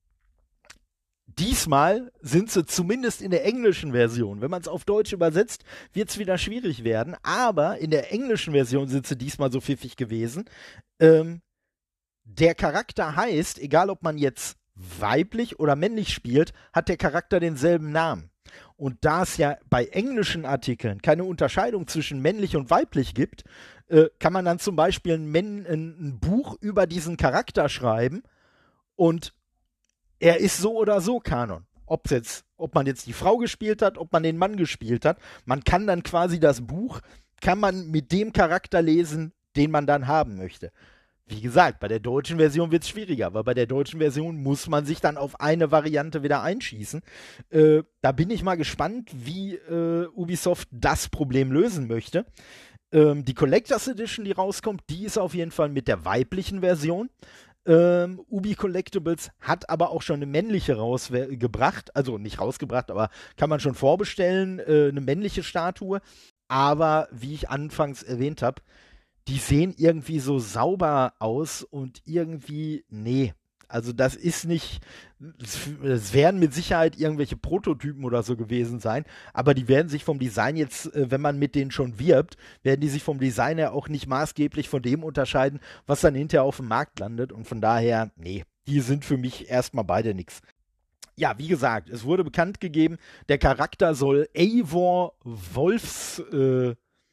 Diesmal sind sie zumindest in der englischen Version. Wenn man es auf Deutsch übersetzt, wird es wieder schwierig werden, aber in der englischen Version sind sie diesmal so pfiffig gewesen. Ähm, Der Charakter heißt, egal ob man jetzt weiblich oder männlich spielt, hat der Charakter denselben Namen. Und da es ja bei englischen Artikeln keine Unterscheidung zwischen männlich und weiblich gibt, äh, kann man dann zum Beispiel ein, Men- ein Buch über diesen Charakter schreiben und er ist so oder so Kanon. Ob's jetzt, ob man jetzt die Frau gespielt hat, ob man den Mann gespielt hat. Man kann dann quasi das Buch, kann man mit dem Charakter lesen, den man dann haben möchte. Wie gesagt, bei der deutschen Version wird es schwieriger, weil bei der deutschen Version muss man sich dann auf eine Variante wieder einschießen. Äh, da bin ich mal gespannt, wie äh, Ubisoft das Problem lösen möchte. Ähm, die Collectors Edition, die rauskommt, die ist auf jeden Fall mit der weiblichen Version. Ähm, Ubi Collectibles hat aber auch schon eine männliche rausgebracht, also nicht rausgebracht, aber kann man schon vorbestellen, äh, eine männliche Statue. Aber wie ich anfangs erwähnt habe, die sehen irgendwie so sauber aus und irgendwie, nee. Also das ist nicht, es werden mit Sicherheit irgendwelche Prototypen oder so gewesen sein, aber die werden sich vom Design jetzt, äh, wenn man mit denen schon wirbt, werden die sich vom Design her auch nicht maßgeblich von dem unterscheiden, was dann hinterher auf dem Markt landet und von daher, nee, die sind für mich erstmal beide nix. Ja, wie gesagt, es wurde bekannt gegeben, der Charakter soll Eivor Wolfs, äh,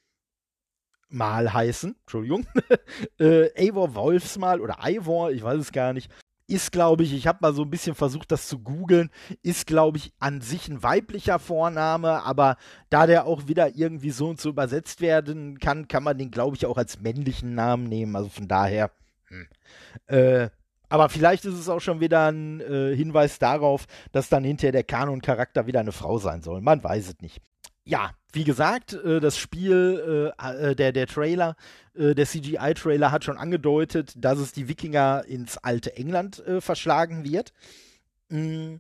Mal heißen, Entschuldigung, äh, Eivor Wolfsmal oder Eivor, ich weiß es gar nicht, ist, glaube ich, ich habe mal so ein bisschen versucht, das zu googeln, ist, glaube ich, an sich ein weiblicher Vorname, aber da der auch wieder irgendwie so und so übersetzt werden kann, kann man den, glaube ich, auch als männlichen Namen nehmen, also von daher, hm. äh, aber vielleicht ist es auch schon wieder ein äh, Hinweis darauf, dass dann hinterher der Kanon-Charakter wieder eine Frau sein soll. Man weiß es nicht. Ja, wie gesagt, äh, das Spiel, äh, äh, der, der Trailer, äh, der C G I-Trailer hat schon angedeutet, dass es die Wikinger ins alte England äh, verschlagen wird. Mm.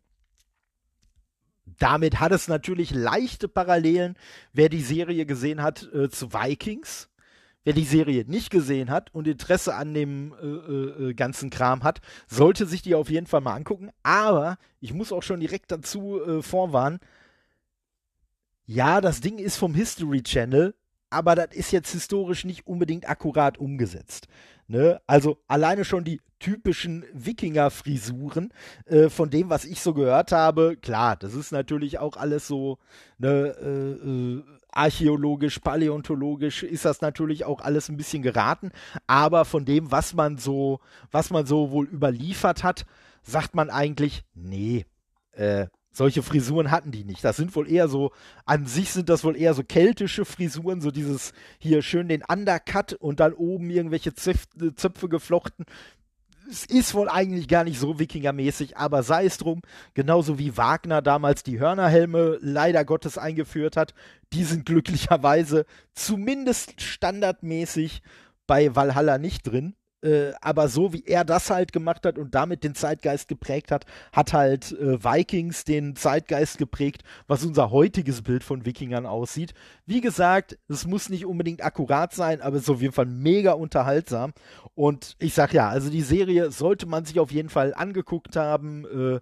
Damit hat es natürlich leichte Parallelen, wer die Serie gesehen hat, äh, zu Vikings. Wer die Serie nicht gesehen hat und Interesse an dem äh, äh, ganzen Kram hat, sollte sich die auf jeden Fall mal angucken. Aber ich muss auch schon direkt dazu äh, vorwarnen, ja, das Ding ist vom History Channel, aber das ist jetzt historisch nicht unbedingt akkurat umgesetzt. Ne? Also alleine schon die typischen Wikinger-Frisuren, äh, von dem, was ich so gehört habe, klar, das ist natürlich auch alles so, ne, äh, äh, archäologisch, paläontologisch ist das natürlich auch alles ein bisschen geraten, aber von dem, was man so, was man so wohl überliefert hat, sagt man eigentlich, nee, äh, solche Frisuren hatten die nicht. Das sind wohl eher so, an sich sind das wohl eher so keltische Frisuren, so dieses hier schön den Undercut und dann oben irgendwelche Zöpf Zöpfe geflochten. Es ist wohl eigentlich gar nicht so Wikingermäßig, aber sei es drum, genauso wie Wagner damals die Hörnerhelme leider Gottes eingeführt hat, die sind glücklicherweise zumindest standardmäßig bei Valhalla nicht drin. Äh, aber so wie er das halt gemacht hat und damit den Zeitgeist geprägt hat, hat halt äh, Vikings den Zeitgeist geprägt, was unser heutiges Bild von Wikingern aussieht. Wie gesagt, es muss nicht unbedingt akkurat sein, aber es ist auf jeden Fall mega unterhaltsam. Und ich sag ja, also die Serie sollte man sich auf jeden Fall angeguckt haben. Äh,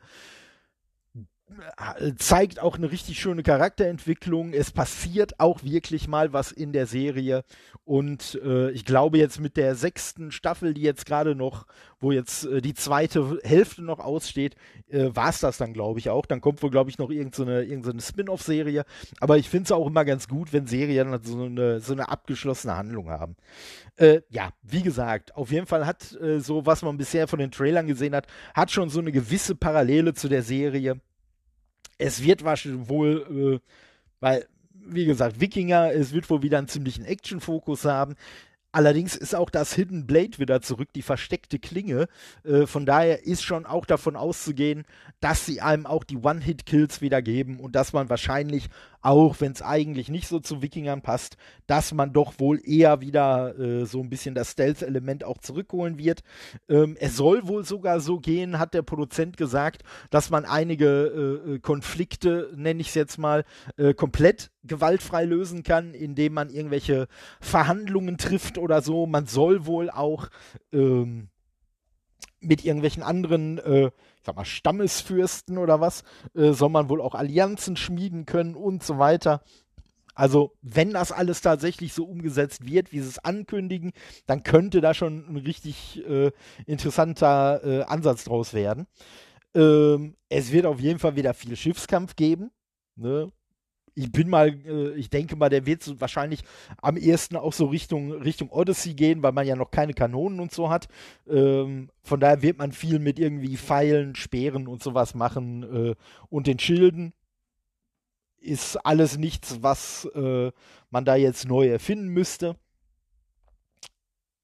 zeigt auch eine richtig schöne Charakterentwicklung. Es passiert auch wirklich mal was in der Serie. Und äh, ich glaube jetzt mit der sechsten Staffel, die jetzt gerade noch, wo jetzt äh, die zweite Hälfte noch aussteht, äh, war es das dann, glaube ich, auch. Dann kommt wohl, glaube ich, noch irgendeine, irgendeine Spin-off-Serie. Aber ich finde es auch immer ganz gut, wenn Serien so eine, so eine abgeschlossene Handlung haben. Äh, ja, wie gesagt, auf jeden Fall hat äh, so, was man bisher von den Trailern gesehen hat, hat schon so eine gewisse Parallele zu der Serie. Es wird wahrscheinlich wohl, äh, weil, wie gesagt, Wikinger, es wird wohl wieder einen ziemlichen Action-Fokus haben. Allerdings ist auch das Hidden Blade wieder zurück, die versteckte Klinge. Äh, von daher ist schon auch davon auszugehen, dass sie einem auch die One-Hit-Kills wieder geben und dass man wahrscheinlich, auch wenn es eigentlich nicht so zu Wikingern passt, dass man doch wohl eher wieder äh, so ein bisschen das Stealth-Element auch zurückholen wird. Ähm, es soll wohl sogar so gehen, hat der Produzent gesagt, dass man einige äh, Konflikte, nenne ich es jetzt mal, äh, komplett gewaltfrei lösen kann, indem man irgendwelche Verhandlungen trifft oder so. Man soll wohl auch ähm, mit irgendwelchen anderen, äh, ich sag mal, Stammesfürsten oder was, äh, soll man wohl auch Allianzen schmieden können und so weiter. Also, wenn das alles tatsächlich so umgesetzt wird, wie sie es ankündigen, dann könnte da schon ein richtig äh, interessanter äh, Ansatz draus werden. Ähm, es wird auf jeden Fall wieder viel Schiffskampf geben. Ne? Ich bin mal, äh, ich denke mal, der wird so wahrscheinlich am ehesten auch so Richtung, Richtung Odyssey gehen, weil man ja noch keine Kanonen und so hat. Ähm, von daher wird man viel mit irgendwie Pfeilen, Speeren und sowas machen äh, und den Schilden. Ist alles nichts, was äh, man da jetzt neu erfinden müsste.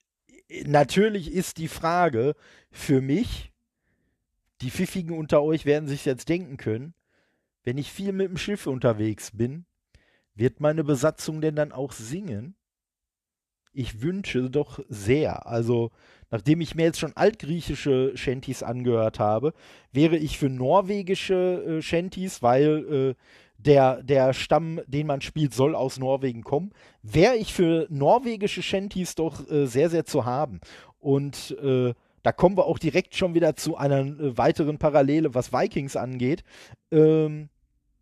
natürlich ist die Frage für mich, die Pfiffigen unter euch werden sich jetzt denken können, wenn ich viel mit dem Schiff unterwegs bin, wird meine Besatzung denn dann auch singen? Ich wünsche doch sehr. Also, nachdem ich mir jetzt schon altgriechische Shanties angehört habe, wäre ich für norwegische äh, Shanties, weil äh, der, der Stamm, den man spielt, soll aus Norwegen kommen, wäre ich für norwegische Shanties doch äh, sehr, sehr zu haben. Und äh, da kommen wir auch direkt schon wieder zu einer äh, weiteren Parallele, was Vikings angeht. Ähm,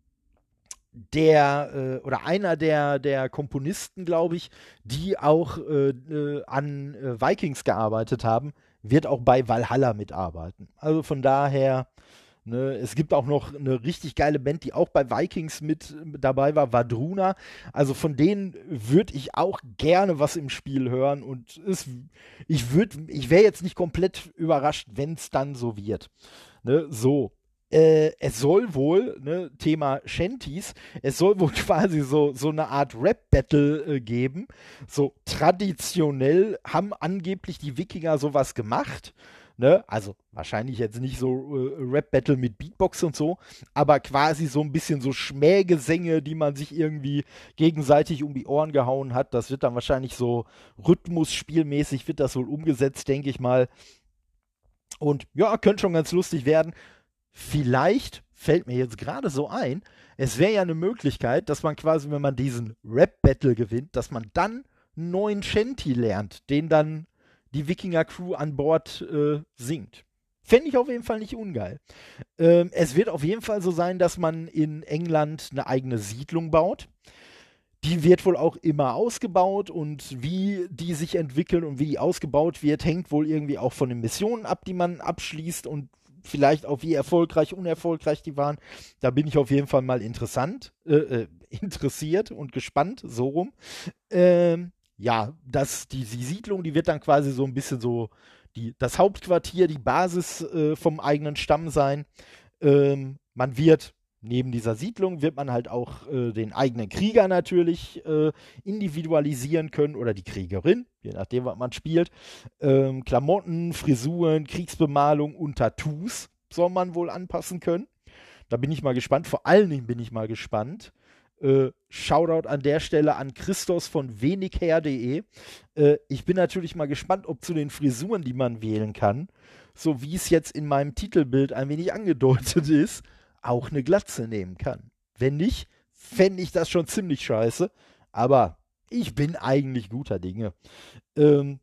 der äh, oder einer der, der Komponisten, glaube ich, die auch äh, äh, an äh, Vikings gearbeitet haben, wird auch bei Valhalla mitarbeiten. Also von daher, ne, es gibt auch noch eine richtig geile Band, die auch bei Vikings mit dabei war, Vadruna. Also von denen würde ich auch gerne was im Spiel hören und es, ich würde, ich wäre jetzt nicht komplett überrascht, wenn es dann so wird. Ne, so. Äh, es soll wohl, ne, Thema Shanties, es soll wohl quasi so, so eine Art Rap-Battle äh, geben. So traditionell haben angeblich die Wikinger sowas gemacht. Ne? Also wahrscheinlich jetzt nicht so äh, Rap-Battle mit Beatbox und so, aber quasi so ein bisschen so Schmähgesänge, die man sich irgendwie gegenseitig um die Ohren gehauen hat. Das wird dann wahrscheinlich so Rhythmus-spielmäßig wird das wohl umgesetzt, denke ich mal. Und ja, könnte schon ganz lustig werden. Vielleicht fällt mir jetzt gerade so ein, es wäre ja eine Möglichkeit, dass man quasi, wenn man diesen Rap-Battle gewinnt, dass man dann einen neuen Shanty lernt, den dann die Wikinger-Crew an Bord äh, singt. Fände ich auf jeden Fall nicht ungeil. Ähm, es wird auf jeden Fall so sein, dass man in England eine eigene Siedlung baut. Die wird wohl auch immer ausgebaut und wie die sich entwickeln und wie die ausgebaut wird, hängt wohl irgendwie auch von den Missionen ab, die man abschließt und vielleicht auch wie erfolgreich, unerfolgreich die waren. Da bin ich auf jeden Fall mal interessant, äh, äh, interessiert und gespannt, so rum. Ähm, ja, das, die, die Siedlung, die wird dann quasi so ein bisschen so die, das Hauptquartier, die Basis äh, vom eigenen Stamm sein. Ähm, man wird neben dieser Siedlung wird man halt auch äh, den eigenen Krieger natürlich äh, individualisieren können oder die Kriegerin, je nachdem, was man spielt. Ähm, Klamotten, Frisuren, Kriegsbemalung und Tattoos soll man wohl anpassen können. Da bin ich mal gespannt. Vor allen Dingen bin ich mal gespannt. Äh, Shoutout an der Stelle an Christos von wenigher punkt de. Äh, ich bin natürlich mal gespannt, ob zu den Frisuren, die man wählen kann, so wie es jetzt in meinem Titelbild ein wenig angedeutet ist, auch eine Glatze nehmen kann. Wenn nicht, fände ich das schon ziemlich scheiße. Aber ich bin eigentlich guter Dinge. Ähm,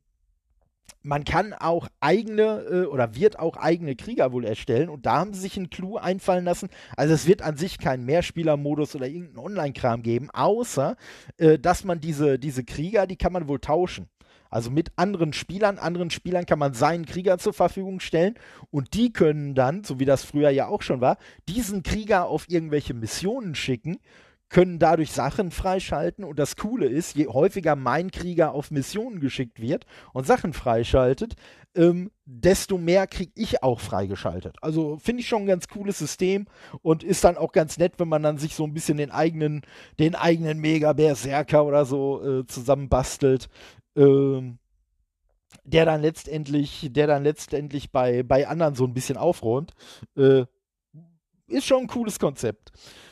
man kann auch eigene äh, oder wird auch eigene Krieger wohl erstellen und da haben sie sich einen Clou einfallen lassen. Also es wird an sich keinen Mehrspielermodus oder irgendeinen Online-Kram geben, außer äh, dass man diese, diese Krieger, die kann man wohl tauschen. Also mit anderen Spielern, anderen Spielern kann man seinen Krieger zur Verfügung stellen und die können dann, so wie das früher ja auch schon war, diesen Krieger auf irgendwelche Missionen schicken, können dadurch Sachen freischalten und das Coole ist, je häufiger mein Krieger auf Missionen geschickt wird und Sachen freischaltet, ähm, desto mehr kriege ich auch freigeschaltet. Also finde ich schon ein ganz cooles System und ist dann auch ganz nett, wenn man dann sich so ein bisschen den eigenen, den eigenen Mega-Berserker oder so äh, zusammenbastelt. Ähm, der dann letztendlich, der dann letztendlich bei, bei anderen so ein bisschen aufräumt. Äh, ist schon ein cooles Konzept.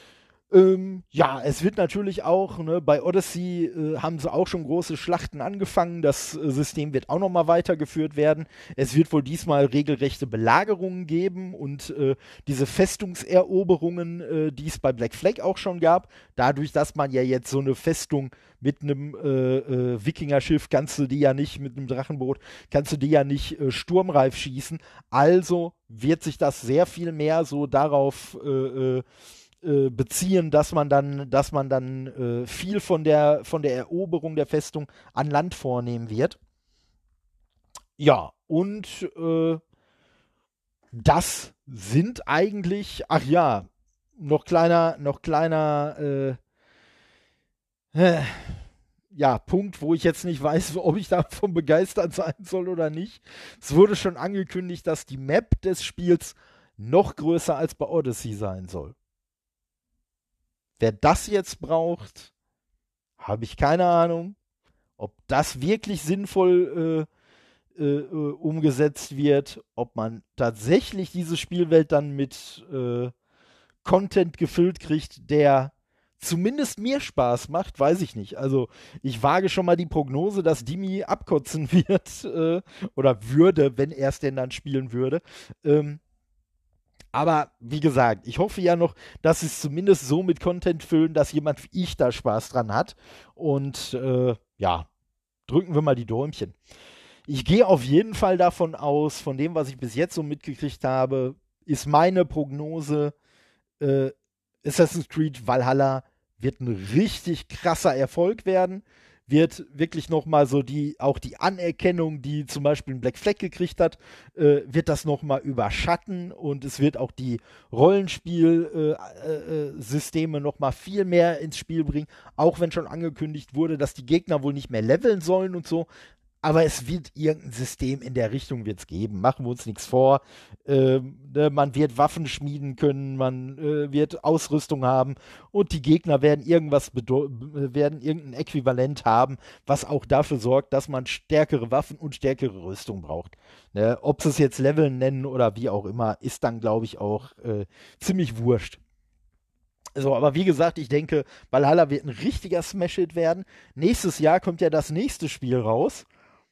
Ähm, ja, es wird natürlich auch, ne, bei Odyssey äh, haben sie auch schon große Schlachten angefangen. Das äh, System wird auch nochmal weitergeführt werden. Es wird wohl diesmal regelrechte Belagerungen geben und äh, diese Festungseroberungen, äh, die es bei Black Flag auch schon gab. Dadurch, dass man ja jetzt so eine Festung mit einem äh, äh, Wikinger-Schiff, kannst du die ja nicht, mit einem Drachenboot, kannst du die ja nicht äh, sturmreif schießen. Also wird sich das sehr viel mehr so darauf äh, äh, beziehen, dass man dann, dass man dann äh, viel von der, von der Eroberung der Festung an Land vornehmen wird. Ja, und äh, das sind eigentlich, ach ja, noch kleiner, noch kleiner, äh, äh, ja, Punkt, wo ich jetzt nicht weiß, ob ich davon begeistert sein soll oder nicht. Es wurde schon angekündigt, dass die Map des Spiels noch größer als bei Odyssey sein soll. Wer das jetzt braucht, habe ich keine Ahnung. Ob das wirklich sinnvoll äh, äh, umgesetzt wird, ob man tatsächlich diese Spielwelt dann mit äh, Content gefüllt kriegt, der zumindest mir Spaß macht, weiß ich nicht. Also ich wage schon mal die Prognose, dass Dimi abkotzen wird äh, oder würde, wenn er es denn dann spielen würde. Ähm, aber wie gesagt, ich hoffe ja noch, dass sie es zumindest so mit Content füllen, dass jemand wie ich da Spaß dran hat. Und äh, ja, drücken wir mal die Däumchen. Ich gehe auf jeden Fall davon aus, von dem, was ich bis jetzt so mitgekriegt habe, ist meine Prognose, äh, Assassin's Creed Valhalla wird ein richtig krasser Erfolg werden, wird wirklich nochmal so die, auch die Anerkennung, die zum Beispiel ein Black Flag gekriegt hat, äh, wird das nochmal überschatten und es wird auch die Rollenspielsysteme äh, äh, nochmal viel mehr ins Spiel bringen, auch wenn schon angekündigt wurde, dass die Gegner wohl nicht mehr leveln sollen und so. Aber es wird irgendein System in der Richtung wird's geben. Machen wir uns nichts vor. Ähm, ne, man wird Waffen schmieden können, man äh, wird Ausrüstung haben und die Gegner werden irgendwas werden irgendein Äquivalent haben, was auch dafür sorgt, dass man stärkere Waffen und stärkere Rüstung braucht. Ne, ob sie es jetzt Leveln nennen oder wie auch immer, ist dann, glaube ich, auch äh, ziemlich wurscht. So, aber wie gesagt, ich denke, Valhalla wird ein richtiger Smash-Hit werden. Nächstes Jahr kommt ja das nächste Spiel raus.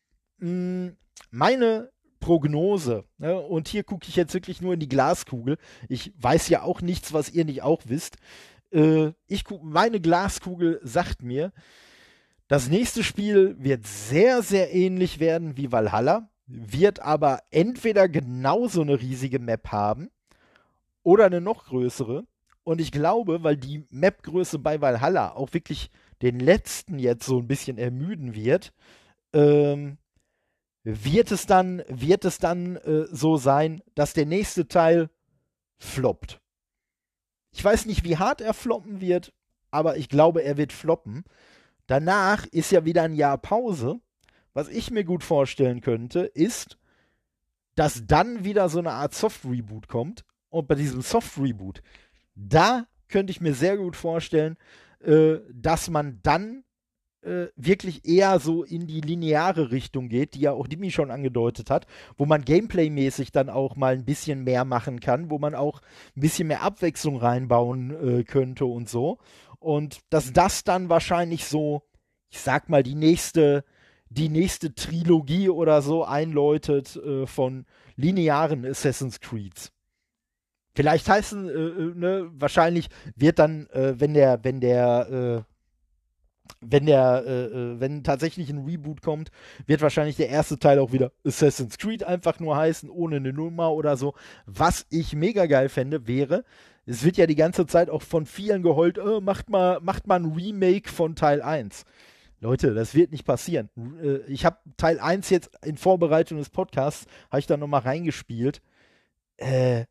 Meine Prognose, ne, und hier gucke ich jetzt wirklich nur in die Glaskugel. Ich weiß ja auch nichts, was ihr nicht auch wisst. Äh, ich guck, meine Glaskugel sagt mir, das nächste Spiel wird sehr, sehr ähnlich werden wie Valhalla, wird aber entweder genauso eine riesige Map haben oder eine noch größere. Und ich glaube, weil die Mapgröße bei Valhalla auch wirklich den letzten jetzt so ein bisschen ermüden wird, ähm, wird es dann, wird es dann äh, so sein, dass der nächste Teil floppt. Ich weiß nicht, wie hart er floppen wird, aber ich glaube, er wird floppen. Danach ist ja wieder ein Jahr Pause. Was ich mir gut vorstellen könnte, ist, dass dann wieder so eine Art Soft-Reboot kommt. Und bei diesem Soft-Reboot, da könnte ich mir sehr gut vorstellen, äh, dass man dann Äh, wirklich eher so in die lineare Richtung geht, die ja auch Dimi schon angedeutet hat, wo man Gameplay-mäßig dann auch mal ein bisschen mehr machen kann, wo man auch ein bisschen mehr Abwechslung reinbauen äh, könnte und so. Und dass das dann wahrscheinlich so, ich sag mal, die nächste, die nächste Trilogie oder so einläutet äh, von linearen Assassin's Creeds. Vielleicht heißen, äh, ne, wahrscheinlich wird dann, äh, wenn der, wenn der, äh, wenn der, äh, wenn tatsächlich ein Reboot kommt, wird wahrscheinlich der erste Teil auch wieder Assassin's Creed einfach nur heißen, ohne eine Nummer oder so. Was ich mega geil fände, wäre, es wird ja die ganze Zeit auch von vielen geheult, oh, macht mal, macht mal ein Remake von Teil eins. Leute, das wird nicht passieren. Äh, ich habe Teil eins jetzt in Vorbereitung des Podcasts, habe ich da nochmal reingespielt. Äh,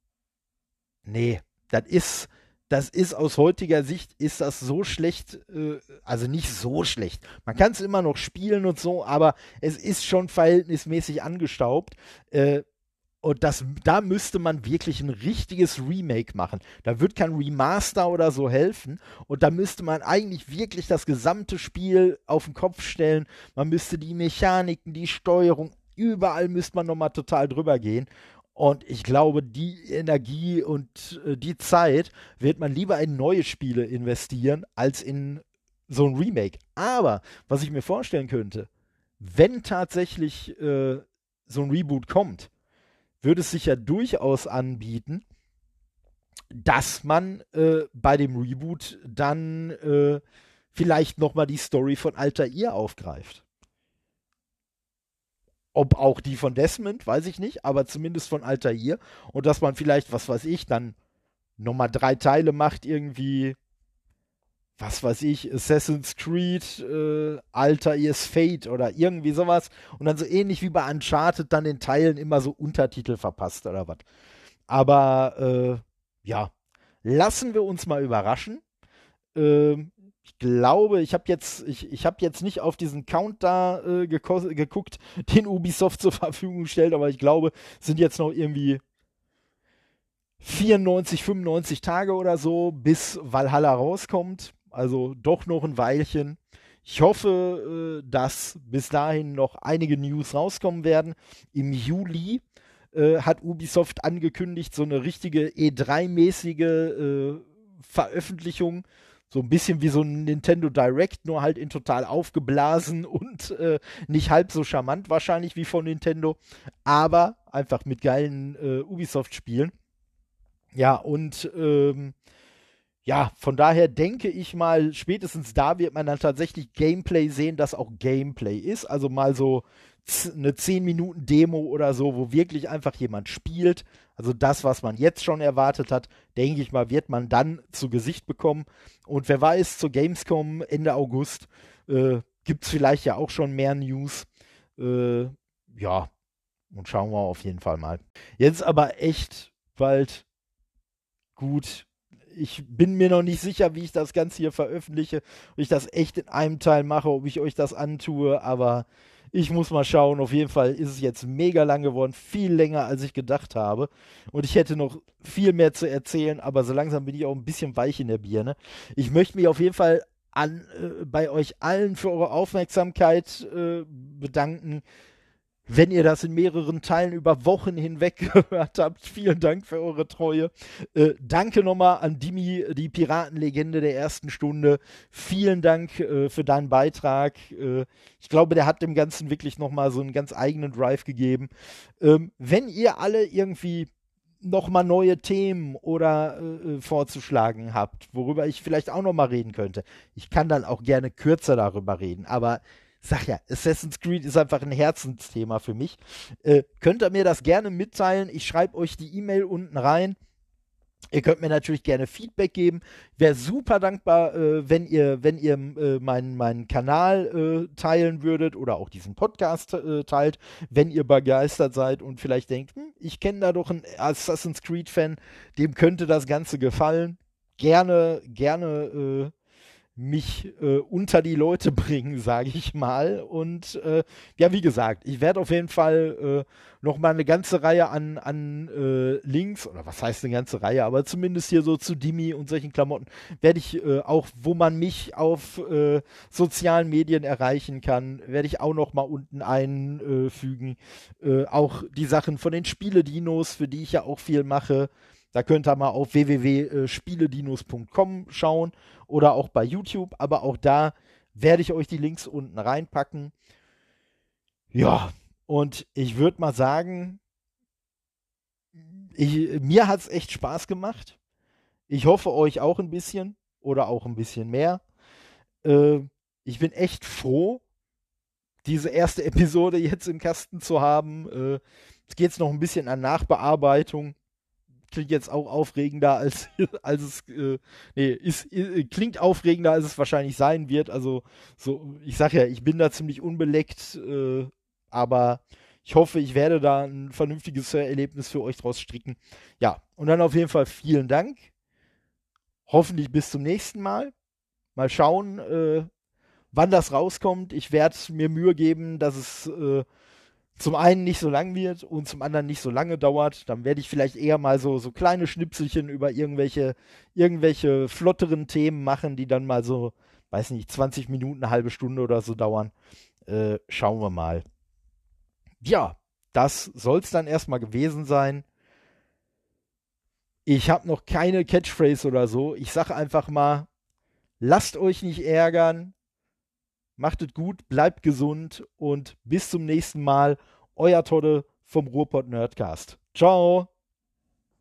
nee, das ist Das ist aus heutiger Sicht, ist das so schlecht, äh, also nicht so schlecht. Man kann es immer noch spielen und so, aber es ist schon verhältnismäßig angestaubt. Äh, und das, da müsste man wirklich ein richtiges Remake machen. Da wird kein Remaster oder so helfen. Und da müsste man eigentlich wirklich das gesamte Spiel auf den Kopf stellen. Man müsste die Mechaniken, die Steuerung, überall müsste man nochmal total drüber gehen. Und ich glaube, die Energie und äh, die Zeit wird man lieber in neue Spiele investieren, als in so ein Remake. Aber, was ich mir vorstellen könnte, wenn tatsächlich äh, so ein Reboot kommt, würde es sich ja durchaus anbieten, dass man äh, bei dem Reboot dann äh, vielleicht nochmal die Story von Altair aufgreift. Ob auch die von Desmond, weiß ich nicht, aber zumindest von Altair. Und dass man vielleicht, was weiß ich, dann nochmal drei Teile macht, irgendwie, was weiß ich, Assassin's Creed, äh, Altair's Fate oder irgendwie sowas. Und dann so ähnlich wie bei Uncharted dann den Teilen immer so Untertitel verpasst oder was. Aber, äh, ja, lassen wir uns mal überraschen. Ähm, ich glaube, ich habe jetzt, ich, ich hab jetzt nicht auf diesen Count da äh, geguckt, den Ubisoft zur Verfügung stellt, aber ich glaube, es sind jetzt noch irgendwie vierundneunzig, fünfundneunzig Tage oder so, bis Valhalla rauskommt. Also doch noch ein Weilchen. Ich hoffe, äh, dass bis dahin noch einige News rauskommen werden. Im Juli äh, hat Ubisoft angekündigt, so eine richtige E drei mäßige äh, Veröffentlichung. So ein bisschen wie so ein Nintendo Direct, nur halt in total aufgeblasen und äh, nicht halb so charmant wahrscheinlich wie von Nintendo, aber einfach mit geilen äh, Ubisoft-Spielen. Ja, und ähm, ja, von daher denke ich mal, spätestens da wird man dann tatsächlich Gameplay sehen, das auch Gameplay ist. Also mal so z- eine zehn Minuten Demo oder so, wo wirklich einfach jemand spielt. Also das, was man jetzt schon erwartet hat, denke ich mal, wird man dann zu Gesicht bekommen. Und wer weiß, zur Gamescom Ende August äh, gibt es vielleicht ja auch schon mehr News. Äh, ja, und schauen wir auf jeden Fall mal. Jetzt aber echt bald gut. Ich bin mir noch nicht sicher, wie ich das Ganze hier veröffentliche, ob ich das echt in einem Teil mache, ob ich euch das antue, aber ich muss mal schauen. Auf jeden Fall ist es jetzt mega lang geworden, viel länger, als ich gedacht habe. Und ich hätte noch viel mehr zu erzählen, aber so langsam bin ich auch ein bisschen weich in der Birne. Ich möchte mich auf jeden Fall an, äh, bei euch allen für eure Aufmerksamkeit äh, bedanken. Wenn ihr das in mehreren Teilen über Wochen hinweg gehört habt, vielen Dank für eure Treue. Äh, danke nochmal an Dimi, die Piratenlegende der ersten Stunde. Vielen Dank äh, für deinen Beitrag. Äh, ich glaube, der hat dem Ganzen wirklich nochmal so einen ganz eigenen Drive gegeben. Ähm, wenn ihr alle irgendwie nochmal neue Themen oder äh, vorzuschlagen habt, worüber ich vielleicht auch nochmal reden könnte, ich kann dann auch gerne kürzer darüber reden, aber sag ja, Assassin's Creed ist einfach ein Herzensthema für mich. Äh, könnt ihr mir das gerne mitteilen? Ich schreibe euch die E-Mail unten rein. Ihr könnt mir natürlich gerne Feedback geben. Wäre super dankbar, äh, wenn ihr, wenn ihr äh, meinen, meinen Kanal äh, teilen würdet oder auch diesen Podcast äh, teilt, wenn ihr begeistert seid und vielleicht denkt, hm, ich kenne da doch einen Assassin's Creed-Fan, dem könnte das Ganze gefallen. Gerne, gerne äh, mich äh, unter die Leute bringen, sage ich mal. Und äh, ja, wie gesagt, ich werde auf jeden Fall äh, noch mal eine ganze Reihe an, an äh, Links, oder was heißt eine ganze Reihe, aber zumindest hier so zu Dimi und solchen Klamotten, werde ich äh, auch, wo man mich auf äh, sozialen Medien erreichen kann, werde ich auch noch mal unten einfügen. Äh, auch die Sachen von den Spiele-Dinos, für die ich ja auch viel mache. Da könnt ihr mal auf w w w punkt spieledinos punkt com schauen oder auch bei YouTube. Aber auch da werde ich euch die Links unten reinpacken. Ja, und ich würde mal sagen, ich, mir hat es echt Spaß gemacht. Ich hoffe euch auch ein bisschen oder auch ein bisschen mehr. Äh, ich bin echt froh, diese erste Episode jetzt im Kasten zu haben. Äh, jetzt geht es noch ein bisschen an Nachbearbeitung. Klingt jetzt auch aufregender, als, als es, äh, nee, ist, äh, klingt aufregender, als es wahrscheinlich sein wird. Also, so, ich sag ja, ich bin da ziemlich unbeleckt, äh, aber ich hoffe, ich werde da ein vernünftiges Erlebnis für euch draus stricken. Ja, und dann auf jeden Fall vielen Dank. Hoffentlich bis zum nächsten Mal. Mal schauen, äh, wann das rauskommt. Ich werde mir Mühe geben, dass es äh, zum einen nicht so lang wird und zum anderen nicht so lange dauert. Dann werde ich vielleicht eher mal so, so kleine Schnipselchen über irgendwelche, irgendwelche flotteren Themen machen, die dann mal so, weiß nicht, zwanzig Minuten, eine halbe Stunde oder so dauern. Äh, schauen wir mal. Ja, das soll es dann erstmal gewesen sein. Ich habe noch keine Catchphrase oder so. Ich sage einfach mal, lasst euch nicht ärgern. Macht es gut, bleibt gesund und bis zum nächsten Mal. Euer Todde vom Ruhrpott Nerdcast. Ciao.